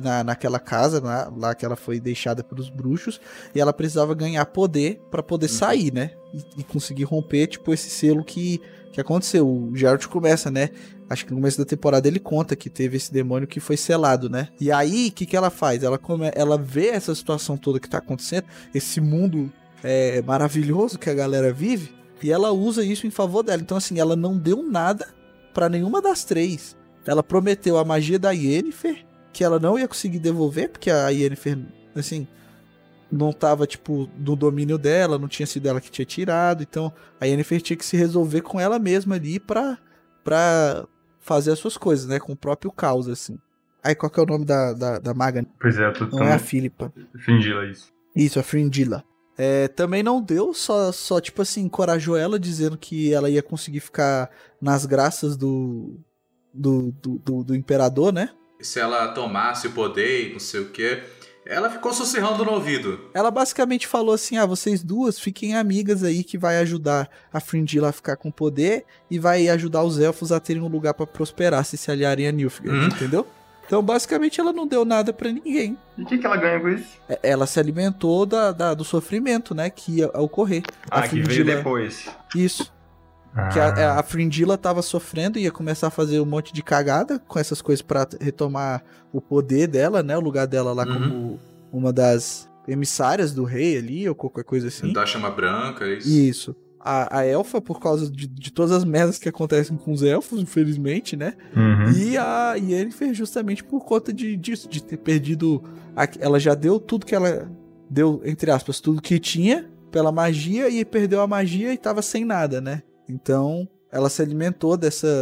Speaker 3: casa lá que ela foi deixada pelos bruxos, e ela precisava ganhar poder pra poder sair, né? E conseguir romper, tipo, esse selo que aconteceu. O Geralt começa, né? Acho que no começo da temporada ele conta que teve esse demônio que foi selado, né? E aí, o que ela faz? Ela vê essa situação toda que tá acontecendo, esse mundo maravilhoso que a galera vive, e ela usa isso em favor dela. Então, assim, ela não deu nada pra nenhuma das três. Ela prometeu a magia da Yennefer, que ela não ia conseguir devolver, porque a Yennefer, assim, não tava, tipo, no domínio dela, não tinha sido ela que tinha tirado, então a Yennefer tinha que se resolver com ela mesma ali pra fazer as suas coisas, né, com o próprio caos, assim. Aí, qual que é o nome da maga?
Speaker 5: Pois é, eu tô
Speaker 3: Não é a Philippa.
Speaker 5: Fingila isso.
Speaker 3: Isso, a Fringilla. Também não deu, só, tipo assim, encorajou ela, dizendo que ela ia conseguir ficar nas graças do imperador, né?
Speaker 6: Se ela tomasse o poder e não sei o que, ela ficou sussurrando no ouvido.
Speaker 3: Ela basicamente falou assim, vocês duas fiquem amigas aí, que vai ajudar a Fringilla a ficar com poder e vai ajudar os elfos a terem um lugar pra prosperar se aliarem a Nilfgaard, entendeu? Então basicamente ela não deu nada pra ninguém.
Speaker 5: E o que ela ganha com isso?
Speaker 3: Ela se alimentou do sofrimento, né, que ia ocorrer.
Speaker 5: Que veio depois.
Speaker 3: Isso. Que a Fringilla tava sofrendo e ia começar a fazer um monte de cagada com essas coisas pra retomar o poder dela, né? O lugar dela lá como uma das emissárias do rei ali, ou qualquer coisa assim.
Speaker 6: Da chama branca, é isso.
Speaker 3: Isso. A elfa, por causa de todas as merdas que acontecem com os elfos, infelizmente, né? E a Yennefer justamente por conta disso, de ter perdido... Ela já deu tudo que ela... Deu, entre aspas, tudo que tinha pela magia e perdeu a magia e tava sem nada, né? Então, ela se alimentou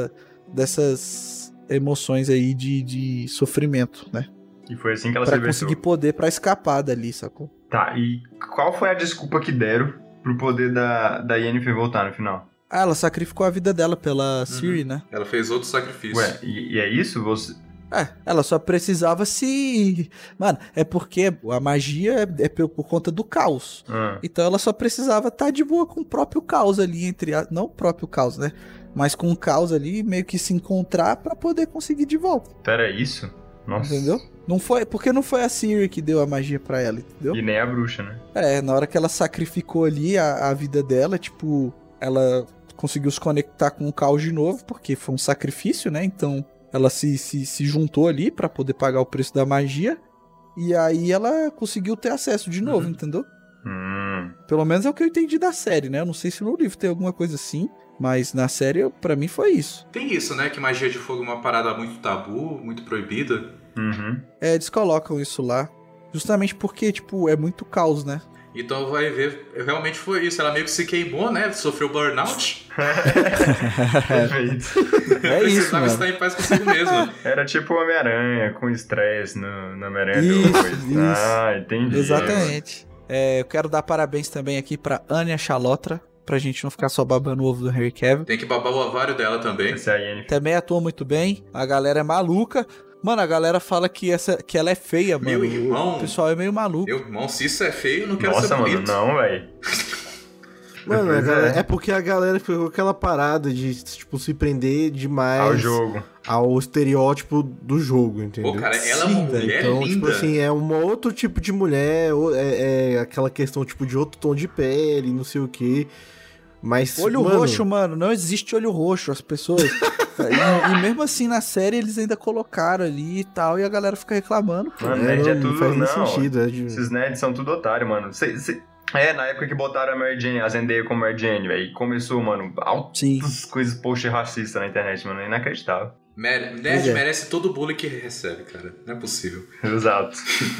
Speaker 3: dessas emoções aí de sofrimento, né?
Speaker 5: E foi assim que ela se
Speaker 3: Pra
Speaker 5: libertou.
Speaker 3: conseguir poder pra escapar dali, sacou?
Speaker 5: Tá, e qual foi a desculpa que deram pro poder da Yennefer voltar no final?
Speaker 3: Ela sacrificou a vida dela pela Ciri, né?
Speaker 6: Ela fez outro sacrifício.
Speaker 5: Ué, e é isso?
Speaker 3: Ela só precisava se... Mano, é porque a magia é por conta do caos. Então ela só precisava estar de boa com o próprio caos ali, não o próprio caos, né? Mas com o caos ali, meio que se encontrar pra poder conseguir de volta.
Speaker 5: Era isso? Nossa.
Speaker 3: Entendeu? Porque não foi a Ciri que deu a magia pra ela, entendeu?
Speaker 5: E nem a bruxa, né?
Speaker 3: Na hora que ela sacrificou ali a vida dela, tipo, ela conseguiu se conectar com o caos de novo, porque foi um sacrifício, né? Então... Ela se juntou ali pra poder pagar o preço da magia. E aí ela conseguiu ter acesso de novo, entendeu? Pelo menos é o que eu entendi da série, né? Eu não sei se no livro tem alguma coisa assim. Mas na série, pra mim, foi isso.
Speaker 6: Tem isso, né? Que magia de fogo é uma parada muito tabu, muito proibida.
Speaker 3: Eles colocam isso lá. Justamente porque, tipo, é muito caos, né?
Speaker 6: Então vai ver, realmente foi isso. Ela meio que se queimou, né? Sofreu burnout.
Speaker 5: Perfeito.
Speaker 3: É isso,
Speaker 6: Precisava
Speaker 3: mano.
Speaker 6: estar em paz consigo mesmo.
Speaker 5: Era tipo o Homem-Aranha, com estresse no Homem-Aranha
Speaker 3: Isso,
Speaker 5: 2.
Speaker 3: isso.
Speaker 5: Ah, entendi.
Speaker 3: Exatamente. Eu quero dar parabéns também aqui pra Anya Chalotra, pra gente não ficar só babando o ovo do Henry Cavill.
Speaker 6: Tem que babar o ovário dela também.
Speaker 5: Essa aí, Yennefer.
Speaker 3: Também atua muito bem, a galera é maluca. Mano, a galera fala que ela é feia, mano.
Speaker 6: Meu irmão.
Speaker 3: O pessoal é meio maluco.
Speaker 6: Meu irmão, se isso é feio, eu não quero
Speaker 5: Nossa,
Speaker 6: ser
Speaker 5: mano,
Speaker 6: bonito.
Speaker 5: não, velho.
Speaker 4: Mano, é porque a galera ficou com aquela parada de, tipo, se prender demais
Speaker 5: Ao jogo.
Speaker 4: ao estereótipo do jogo, entendeu?
Speaker 6: Pô, cara, ela é
Speaker 3: Sim,
Speaker 6: uma
Speaker 3: velho.
Speaker 6: mulher
Speaker 4: Então,
Speaker 6: linda.
Speaker 4: tipo assim, é um outro tipo de mulher, é aquela questão, tipo, de outro tom de pele, não sei o quê. Mas,
Speaker 3: Olho
Speaker 4: mano,
Speaker 3: roxo, mano, não existe olho roxo. As pessoas. e mesmo assim, na série, eles ainda colocaram ali e tal, e a galera fica reclamando. Pô.
Speaker 5: Mano, nerd é
Speaker 4: não
Speaker 5: tudo...
Speaker 4: faz nem
Speaker 5: Não,
Speaker 4: sentido.
Speaker 5: esses nerds são tudo otário, mano. Na época que botaram a Mary Jane, a Zendaya como Mary Jane, velho, começou, mano,
Speaker 3: Sim.
Speaker 5: altas coisas post racista na internet, mano, é inacreditável.
Speaker 6: Nerd
Speaker 3: Pois é.
Speaker 6: merece todo o bullying que recebe, cara. Não é possível.
Speaker 5: Exato.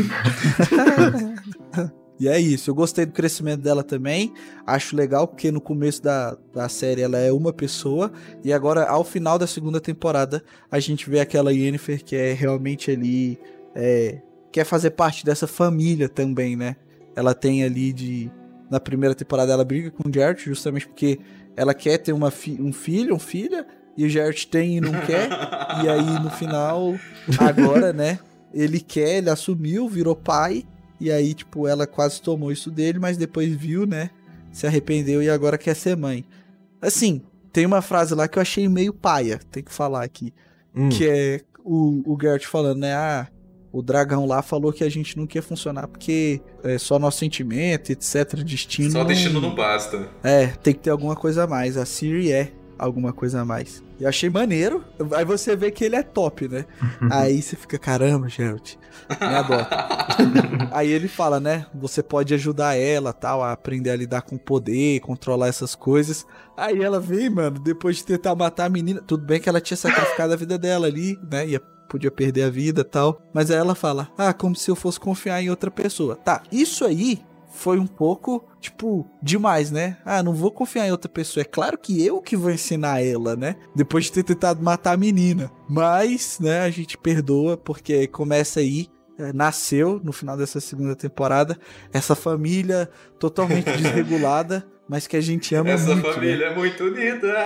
Speaker 3: E é isso, eu gostei do crescimento dela também. Acho legal porque no começo da série ela é uma pessoa. E agora, ao final da segunda temporada, a gente vê aquela Yennefer que é realmente ali... quer fazer parte dessa família também, né? Ela tem ali na primeira temporada ela briga com o Geralt justamente porque ela quer ter um filho, uma filha, e o Geralt tem e não quer. E aí no final, agora, né? Ele assumiu, virou pai. E aí, tipo, ela quase tomou isso dele, mas depois viu, né? Se arrependeu e agora quer ser mãe. Assim, tem uma frase lá que eu achei meio paia, tem que falar aqui. Que é o Geralt falando, né? O dragão lá falou que a gente não quer funcionar porque é só nosso sentimento, etc. Destino.
Speaker 6: Só o destino não basta.
Speaker 3: Tem que ter alguma coisa a mais. A Ciri é alguma coisa a mais. E achei maneiro. Aí você vê que ele é top, né? Aí você fica, caramba, Geralt, me adota. Aí ele fala, né? Você pode ajudar ela, tal, a aprender a lidar com poder, controlar essas coisas. Aí ela vem, mano, depois de tentar matar a menina. Tudo bem que ela tinha sacrificado a vida dela ali, né? Podia perder a vida e tal. Mas aí ela fala, como se eu fosse confiar em outra pessoa. Tá, isso aí foi um pouco, tipo, demais, né? Não vou confiar em outra pessoa. É claro que eu que vou ensinar ela, né? Depois de ter tentado matar a menina. Mas, né, a gente perdoa, porque começa aí, nasceu no final dessa segunda temporada, essa família totalmente desregulada, mas que a gente ama
Speaker 6: Essa
Speaker 3: muito.
Speaker 6: família é muito unida.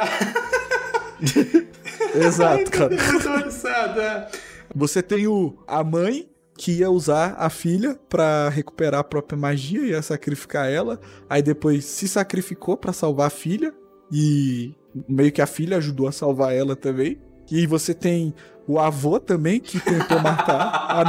Speaker 3: Exato, cara.
Speaker 6: Cara.
Speaker 3: Você tem a mãe que ia usar a filha pra recuperar a própria magia, ia sacrificar ela, aí depois se sacrificou pra salvar a filha, e meio que a filha ajudou a salvar ela também. E você tem o avô também, que tentou matar a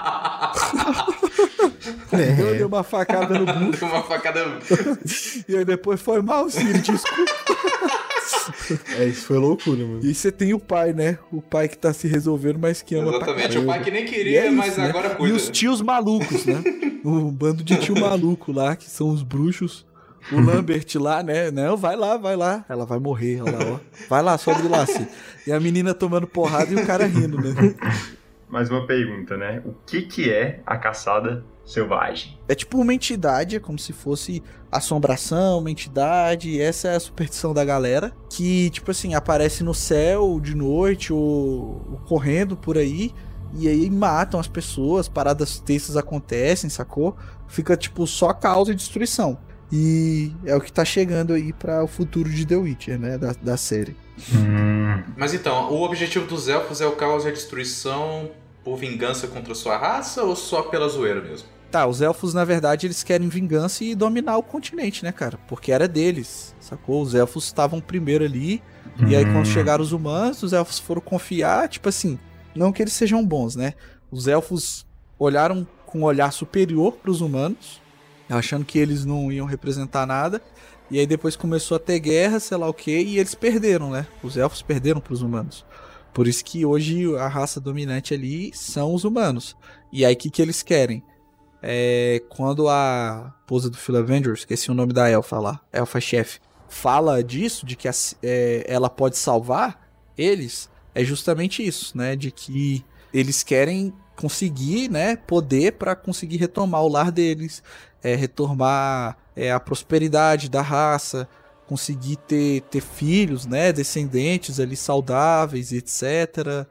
Speaker 3: neta. Deu uma facada no bucho.
Speaker 6: Uma facada.
Speaker 3: E aí depois foi mal, Ciri, desculpa.
Speaker 4: Isso foi loucura, mano.
Speaker 3: E você tem o pai, né? O pai que tá se resolvendo, mas que ama pra
Speaker 6: Exatamente,
Speaker 3: caramba.
Speaker 6: o pai que nem
Speaker 3: E
Speaker 6: queria,
Speaker 3: é isso,
Speaker 6: mas
Speaker 3: né?
Speaker 6: agora cuida.
Speaker 3: E os tios malucos, né? Um bando de tio maluco lá, que são os bruxos. O Lambert lá, né? Não, vai lá. Ela vai morrer, olha lá, ó. Vai lá, sobe lá, assim. E a menina tomando porrada e o cara rindo, né?
Speaker 5: Mais uma pergunta, né? O que é a caçada selvagem?
Speaker 3: É tipo uma entidade, é como se fosse assombração, uma entidade. Essa é a superstição da galera. Que, tipo assim, aparece no céu de noite ou correndo por aí. E aí matam as pessoas, paradas tensas acontecem, sacou? Fica, tipo, só caos e destruição. E é o que tá chegando aí para o futuro de The Witcher, né? Da série.
Speaker 6: Mas então, o objetivo dos elfos é o caos e a destruição por vingança contra sua raça ou só pela zoeira mesmo?
Speaker 3: Tá, os elfos, na verdade, eles querem vingança e dominar o continente, né, cara? Porque era deles, sacou? Os elfos estavam primeiro ali, e aí quando chegaram os humanos, os elfos foram confiar, tipo assim, não que eles sejam bons, né? Os elfos olharam com um olhar superior pros humanos, achando que eles não iam representar nada, e aí depois começou a ter guerra, sei lá o que, e eles perderam, né? Os elfos perderam pros humanos. Por isso que hoje a raça dominante ali são os humanos. E aí o que eles querem? Quando a esposa do Phil Avengers, esqueci o nome da elfa lá, elfa-chefe, fala disso, de que ela pode salvar eles, é justamente isso, né? De que eles querem conseguir, né, poder para conseguir retomar o lar deles, retomar a prosperidade da raça, conseguir ter filhos, né, descendentes ali saudáveis, etc.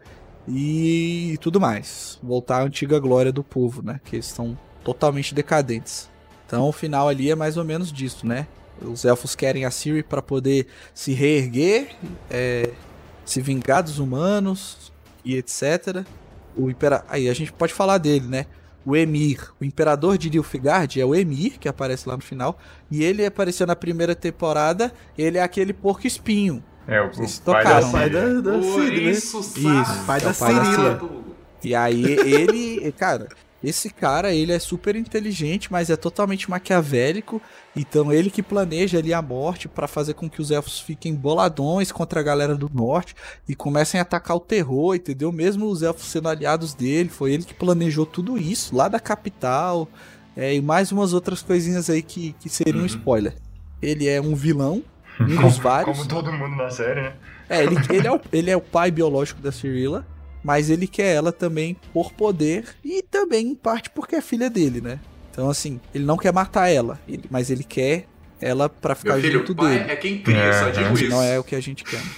Speaker 3: E tudo mais. Voltar à antiga glória do povo, né, que eles estão totalmente decadentes. Então o final ali é mais ou menos disso, né? Os elfos querem a Ciri para poder se reerguer, se vingar dos humanos e etc. Aí a gente pode falar dele, né? O Emir, o imperador de Nilfgaard é o Emir, que aparece lá no final. E ele apareceu na primeira temporada, ele é aquele porco espinho.
Speaker 5: O pai
Speaker 4: da Ciri, né?
Speaker 3: Isso, pai da
Speaker 4: Cirila.
Speaker 3: E aí ele, cara, esse cara, ele é super inteligente, mas é totalmente maquiavélico. Então ele que planeja ali a morte pra fazer com que os elfos fiquem boladões contra a galera do norte e comecem a atacar o terror, entendeu? Mesmo os elfos sendo aliados dele, foi ele que planejou tudo isso lá da capital, e mais umas outras coisinhas aí que seriam spoiler. Ele é um vilão, um dos vários.
Speaker 5: Como todo mundo na série, né?
Speaker 3: Ele é o pai biológico da Cirilla, mas ele quer ela também por poder e também em parte porque é filha dele, né? Então assim, ele não quer matar ela, mas ele quer ela pra ficar junto dele.
Speaker 6: Meu filho, pai é quem cria, só digo isso.
Speaker 3: Não é o que a gente quer.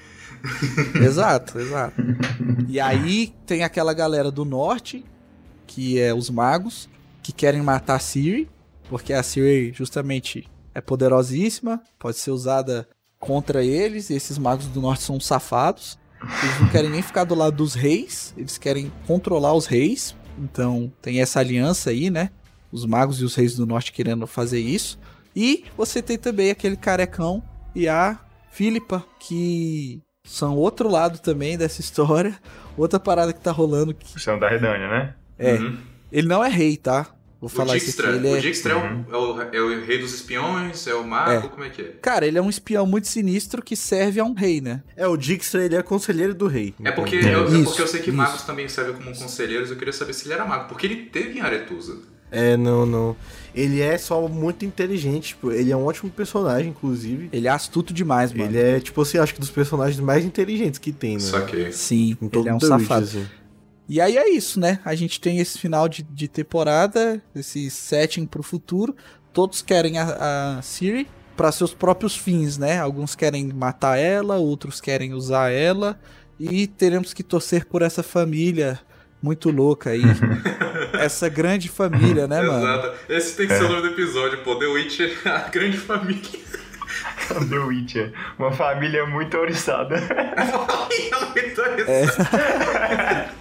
Speaker 3: Exato. E aí tem aquela galera do norte, que é os magos, que querem matar a Ciri, porque a Ciri justamente é poderosíssima, pode ser usada contra eles, e esses magos do norte são safados. Eles não querem nem ficar do lado dos reis, eles querem controlar os reis. Então tem essa aliança aí, né? Os magos e os reis do norte querendo fazer isso. E você tem também aquele carecão e a Philippa, que são outro lado também dessa história. Outra parada que tá rolando.
Speaker 5: São da Redânia, né?
Speaker 3: Ele não é rei, tá? Vou falar isso aqui.
Speaker 6: O Dijkstra é o rei dos espiões, é o mago, como é que é?
Speaker 3: Cara, ele é um espião muito sinistro que serve a um rei, né?
Speaker 4: O Dijkstra, ele é conselheiro do rei.
Speaker 6: Porque eu sei que magos também servem como conselheiros, eu queria saber se ele era mago, porque ele teve em Aretusa.
Speaker 4: Não. Ele é só muito inteligente, tipo, ele é um ótimo personagem, inclusive.
Speaker 3: Ele é astuto demais, mano.
Speaker 4: Ele é, tipo assim, acho que dos personagens mais inteligentes que tem, né?
Speaker 6: Saquei.
Speaker 3: Sim, ele é um safado. Assim. E aí é isso, né? A gente tem esse final de temporada, esse setting pro futuro. Todos querem a Ciri para seus próprios fins, né? Alguns querem matar ela, outros querem usar ela. E teremos que torcer por essa família muito louca aí. Essa grande família, né, mano?
Speaker 6: Exato. Esse tem que ser o nome do episódio, pô. The Witcher, a grande família.
Speaker 5: The Witcher. Uma família muito ouriçada.
Speaker 6: Muito ouriçada.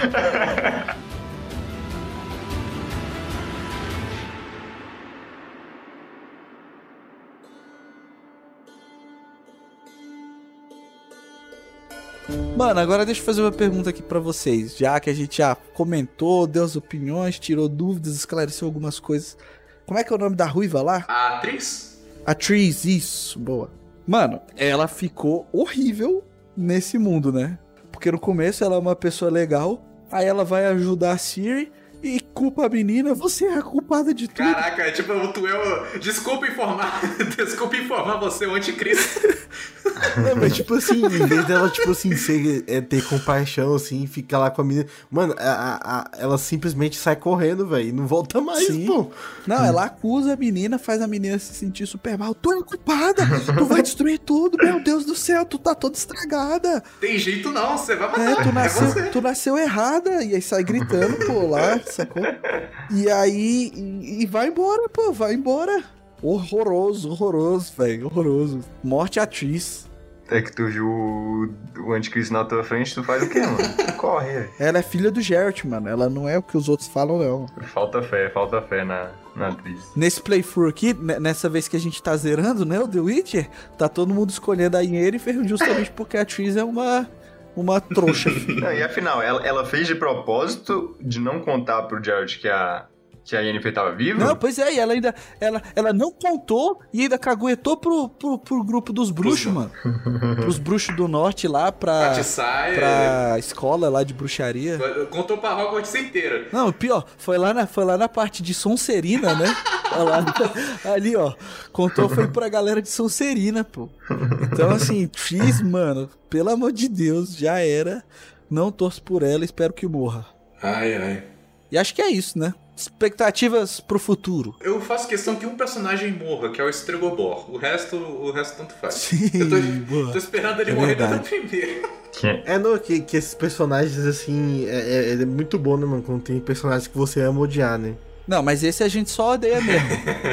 Speaker 3: Mano, agora deixa eu fazer uma pergunta aqui pra vocês. Já que a gente já comentou, deu as opiniões, tirou dúvidas, esclareceu algumas coisas. Como é que é o nome da ruiva lá?
Speaker 6: A atriz?
Speaker 3: A Triss, isso, boa. Mano, ela ficou horrível nesse mundo, né? Porque no começo ela é uma pessoa legal, aí ela vai ajudar a Ciri e culpa a menina, você é a culpada de tudo.
Speaker 6: Caraca, tipo, tu é o... Desculpa informar você, o anticristo.
Speaker 4: Não, mas tipo assim, em vez dela, tipo assim, ter compaixão, assim, ficar lá com a menina... Mano, ela simplesmente sai correndo, velho, e não volta mais, pô.
Speaker 3: Não, ela acusa a menina, faz a menina se sentir super mal. Tu é a culpada, tu vai destruir tudo, meu Deus do céu, tu tá toda estragada.
Speaker 6: Tem jeito não, você vai matar.
Speaker 3: Tu nasceu errada, e aí sai gritando, pô, lá, sacou? E aí, e vai embora, pô, vai embora. horroroso, velho. Horroroso. Morte atriz.
Speaker 5: É que tu viu o anticristo na tua frente, tu faz o quê, mano? Corre, velho.
Speaker 3: Ela é filha do Geralt, mano. Ela não é o que os outros falam, não.
Speaker 5: Falta fé na atriz.
Speaker 3: Nesse playthrough aqui, nessa vez que a gente tá zerando, né, o The Witcher, tá todo mundo escolhendo a Yennefer justamente porque a atriz é uma trouxa.
Speaker 5: Não, e afinal, ela fez de propósito de não contar pro Geralt que a Yennefer tava viva?
Speaker 3: Não, pois é, e ela ainda ela não contou e ainda caguetou pro grupo dos bruxos, mano. Pros bruxos do norte lá pra escola lá de bruxaria.
Speaker 6: Contou pra Hogwarts inteira.
Speaker 3: Não, pior, foi lá na parte de Sonserina, né? Ali, ó. Contou, foi pra galera de Sonserina, pô. Então, assim, fiz, mano, pelo amor de Deus, já era. Não torço por ela, espero que morra.
Speaker 6: Ai.
Speaker 3: E acho que é isso, né? Expectativas pro futuro.
Speaker 6: Eu faço questão que um personagem morra, que é o Stregobor. O resto tanto faz.
Speaker 3: Sim,
Speaker 6: eu tô esperando ele morrer desde o primeiro.
Speaker 4: Que esses personagens, assim, é muito bom, né, mano? Quando tem personagens que você ama odiar, né?
Speaker 3: Não, mas esse a gente só odeia mesmo.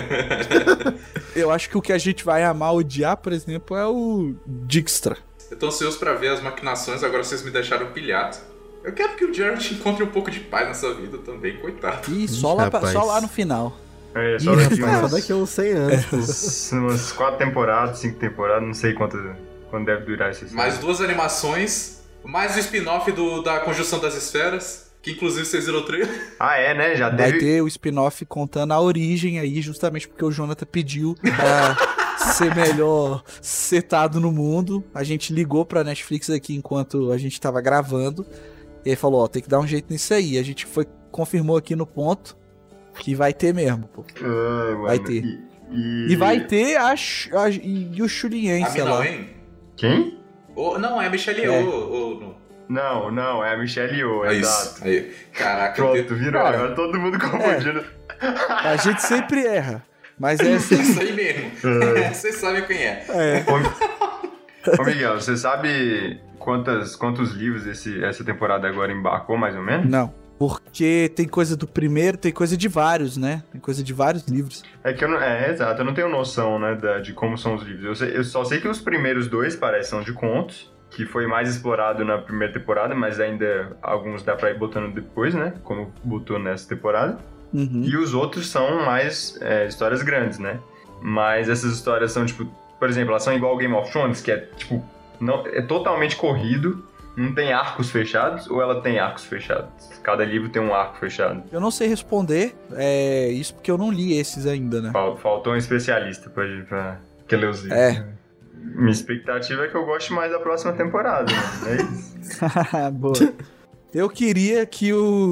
Speaker 3: Eu acho que o que a gente vai amar odiar, por exemplo, é o Dijkstra.
Speaker 6: Eu tô ansioso pra ver as maquinações, agora vocês me deixaram pilhado. Eu quero que o Geralt encontre um pouco de paz nessa vida também, coitado.
Speaker 3: Ih, só lá no final.
Speaker 5: É, só
Speaker 4: daqui a uns 100 anos.
Speaker 5: Umas 4 temporadas, 5 temporadas, não sei quando deve durar isso.
Speaker 6: Mais 2 animações, mais o spin-off da Conjunção das Esferas, que inclusive vocês viram o trailer.
Speaker 5: Ah, é, né? Já
Speaker 3: Vai
Speaker 5: teve...
Speaker 3: ter o spin-off contando a origem aí, justamente porque o Jonathan pediu pra ser melhor setado no mundo. A gente ligou pra Netflix aqui enquanto a gente tava gravando. E ele falou, ó, tem que dar um jeito nisso aí. A gente confirmou aqui no ponto que vai ter mesmo, pô. Vai ter. E vai ter o Shuriense lá.
Speaker 5: Quem?
Speaker 6: Não, é a Michelle Yeoh.
Speaker 5: Não, é a Michelle Yeoh, exato.
Speaker 6: Aí. Caraca.
Speaker 5: Pronto, virou. Agora todo mundo confundindo.
Speaker 3: A gente sempre erra. Mas é assim.
Speaker 6: Isso aí mesmo. Vocês sabem quem é.
Speaker 5: Ô Miguel, você sabe quantos livros essa temporada agora embarcou, mais ou menos?
Speaker 3: Não, porque tem coisa do primeiro, tem coisa de vários, né? Tem coisa de vários livros.
Speaker 5: É que eu não... exato, eu não tenho noção, né, de como são os livros. Eu só sei que os primeiros 2 parecem de contos, que foi mais explorado na primeira temporada, mas ainda alguns dá pra ir botando depois, né? Como botou nessa temporada.
Speaker 3: Uhum.
Speaker 5: E os outros são mais histórias grandes, né? Mas essas histórias são, tipo... Por exemplo, elas são igual ao Game of Thrones, que é, tipo... Não, é totalmente corrido, não tem arcos fechados, ou ela tem arcos fechados? Cada livro tem um arco fechado.
Speaker 3: Eu não sei responder isso porque eu não li esses ainda, né?
Speaker 5: Faltou um especialista pra ler os livros. Minha expectativa é que eu goste mais da próxima temporada, né? É isso.
Speaker 3: Boa. Eu queria que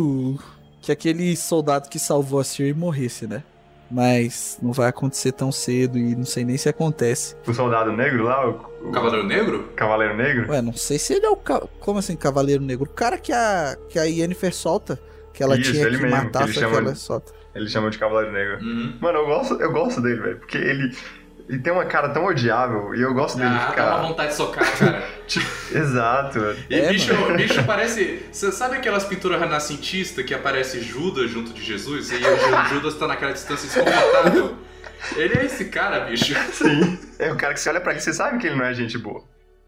Speaker 3: aquele soldado que salvou a Ciri morresse, né? Mas não vai acontecer tão cedo e não sei nem se acontece.
Speaker 5: O soldado negro lá?
Speaker 6: O Cavaleiro Negro?
Speaker 5: Cavaleiro Negro?
Speaker 3: Ué, não sei se ele é o... Como assim, Cavaleiro Negro? O cara que a Yennefer solta, que ela tinha que
Speaker 5: mesmo,
Speaker 3: matar,
Speaker 5: que
Speaker 3: só que ela solta.
Speaker 5: Ele chama de Cavaleiro Negro.
Speaker 6: Uhum.
Speaker 5: Mano, eu gosto dele, velho. Porque ele tem uma cara tão odiável e eu gosto dele ficar...
Speaker 6: Dá uma vontade de socar, cara.
Speaker 5: Exato, mano.
Speaker 6: E bicho parece... Você sabe aquelas pinturas renascentistas que aparece Judas junto de Jesus? E o Judas tá naquela distância desconfortável? Ele é esse cara, bicho.
Speaker 5: Sim. É o cara que você olha pra ele, você sabe que ele não é gente boa.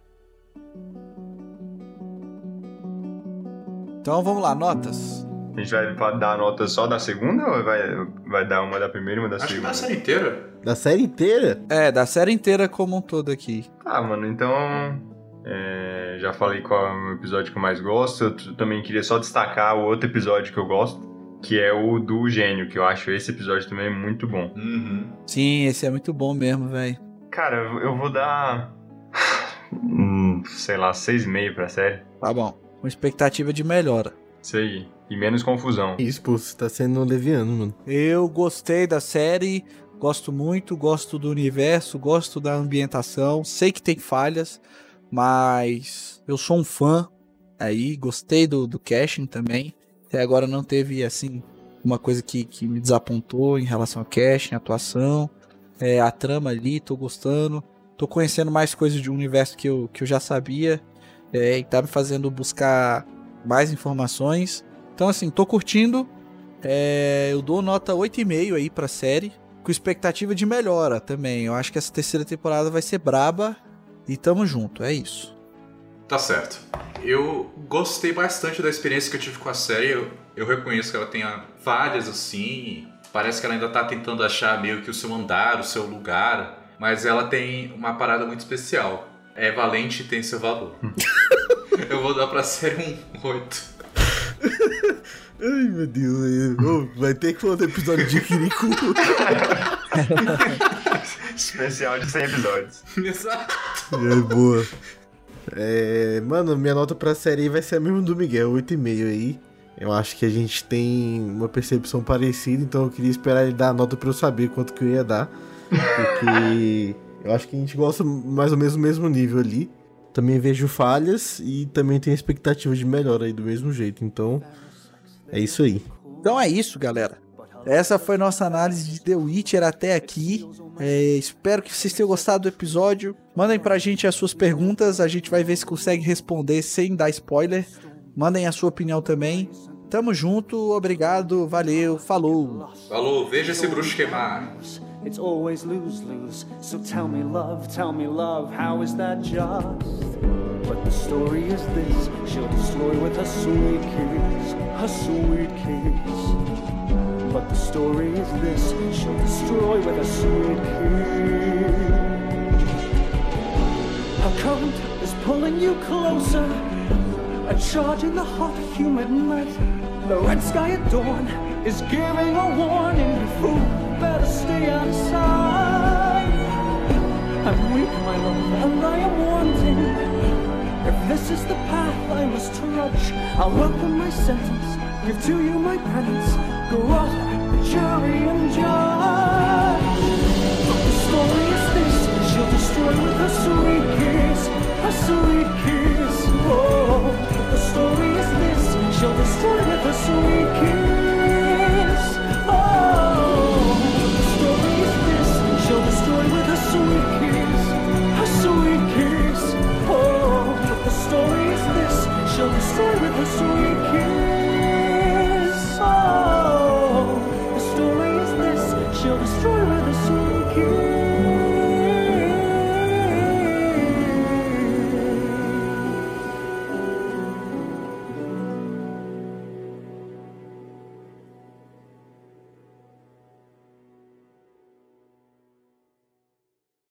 Speaker 3: Então vamos lá, notas.
Speaker 5: A gente vai dar a nota só da segunda ou vai dar uma da primeira e uma da segunda?
Speaker 6: Acho que da série inteira.
Speaker 4: Da série inteira?
Speaker 3: Da série inteira como um todo aqui.
Speaker 5: Mano, então... já falei qual é o episódio que eu mais gosto. Eu também queria só destacar o outro episódio que eu gosto, que é o do Gênio, que eu acho esse episódio também muito bom.
Speaker 6: Uhum.
Speaker 3: Sim, esse é muito bom mesmo, velho.
Speaker 5: Cara, eu vou dar... sei lá, 6,5 pra série.
Speaker 3: Tá bom. Com expectativa de melhora.
Speaker 5: Isso aí. E menos confusão.
Speaker 4: Isso, pô, você tá sendo leviano, mano.
Speaker 3: Eu gostei da série, gosto muito, gosto do universo, gosto da ambientação. Sei que tem falhas, mas eu sou um fã. Aí, gostei do casting também. Até agora não teve, assim, uma coisa que me desapontou em relação ao casting, atuação. A trama ali, tô gostando. Tô conhecendo mais coisas de um universo que eu já sabia. E tá me fazendo buscar mais informações. Então, assim, tô curtindo. Eu dou nota 8,5 aí pra série. com expectativa de melhora também. Eu acho que essa terceira temporada vai ser braba e tamo junto, é isso.
Speaker 6: Tá certo. Eu gostei bastante da experiência que eu tive com a série. Eu reconheço que ela tem falhas assim. Parece que ela ainda tá tentando achar meio que o seu andar, o seu lugar. Mas ela tem uma parada muito especial. É valente e tem seu valor. Eu vou dar pra série um 8.
Speaker 4: Ai, meu Deus. Vai ter que falar do episódio de Kiriko.
Speaker 5: Especial de 100 episódios.
Speaker 6: Exato.
Speaker 4: É boa. Mano, minha nota pra série vai ser a mesma do Miguel, 8,5 aí. Eu acho que a gente tem uma percepção parecida, então eu queria esperar ele dar a nota pra eu saber quanto que eu ia dar. Porque eu acho que a gente gosta mais ou menos do mesmo nível ali. Também vejo falhas e também tenho expectativa de melhora aí do mesmo jeito, então é isso aí.
Speaker 3: Então é isso, galera. Essa foi nossa análise de The Witcher até aqui. Espero que vocês tenham gostado do episódio. Mandem pra gente as suas perguntas. A gente vai ver se consegue responder sem dar spoiler. Mandem a sua opinião também. Tamo junto, obrigado, valeu, falou.
Speaker 6: Falou, veja esse bruxo queimar.
Speaker 2: It's always lose-lose. So tell me love, how is that just? But the story is this, she'll destroy with her sweet kiss, her sweet kiss. But the story is this, she'll destroy with a sweet kiss. Her current is pulling you closer, a charge in the hot, humid night. The red sky at dawn is giving a warning, you fool, better stay outside. I'm weak, my love, and I am wanting. If this is the path I must trudge, I'll welcome my sentence, give to you my penance.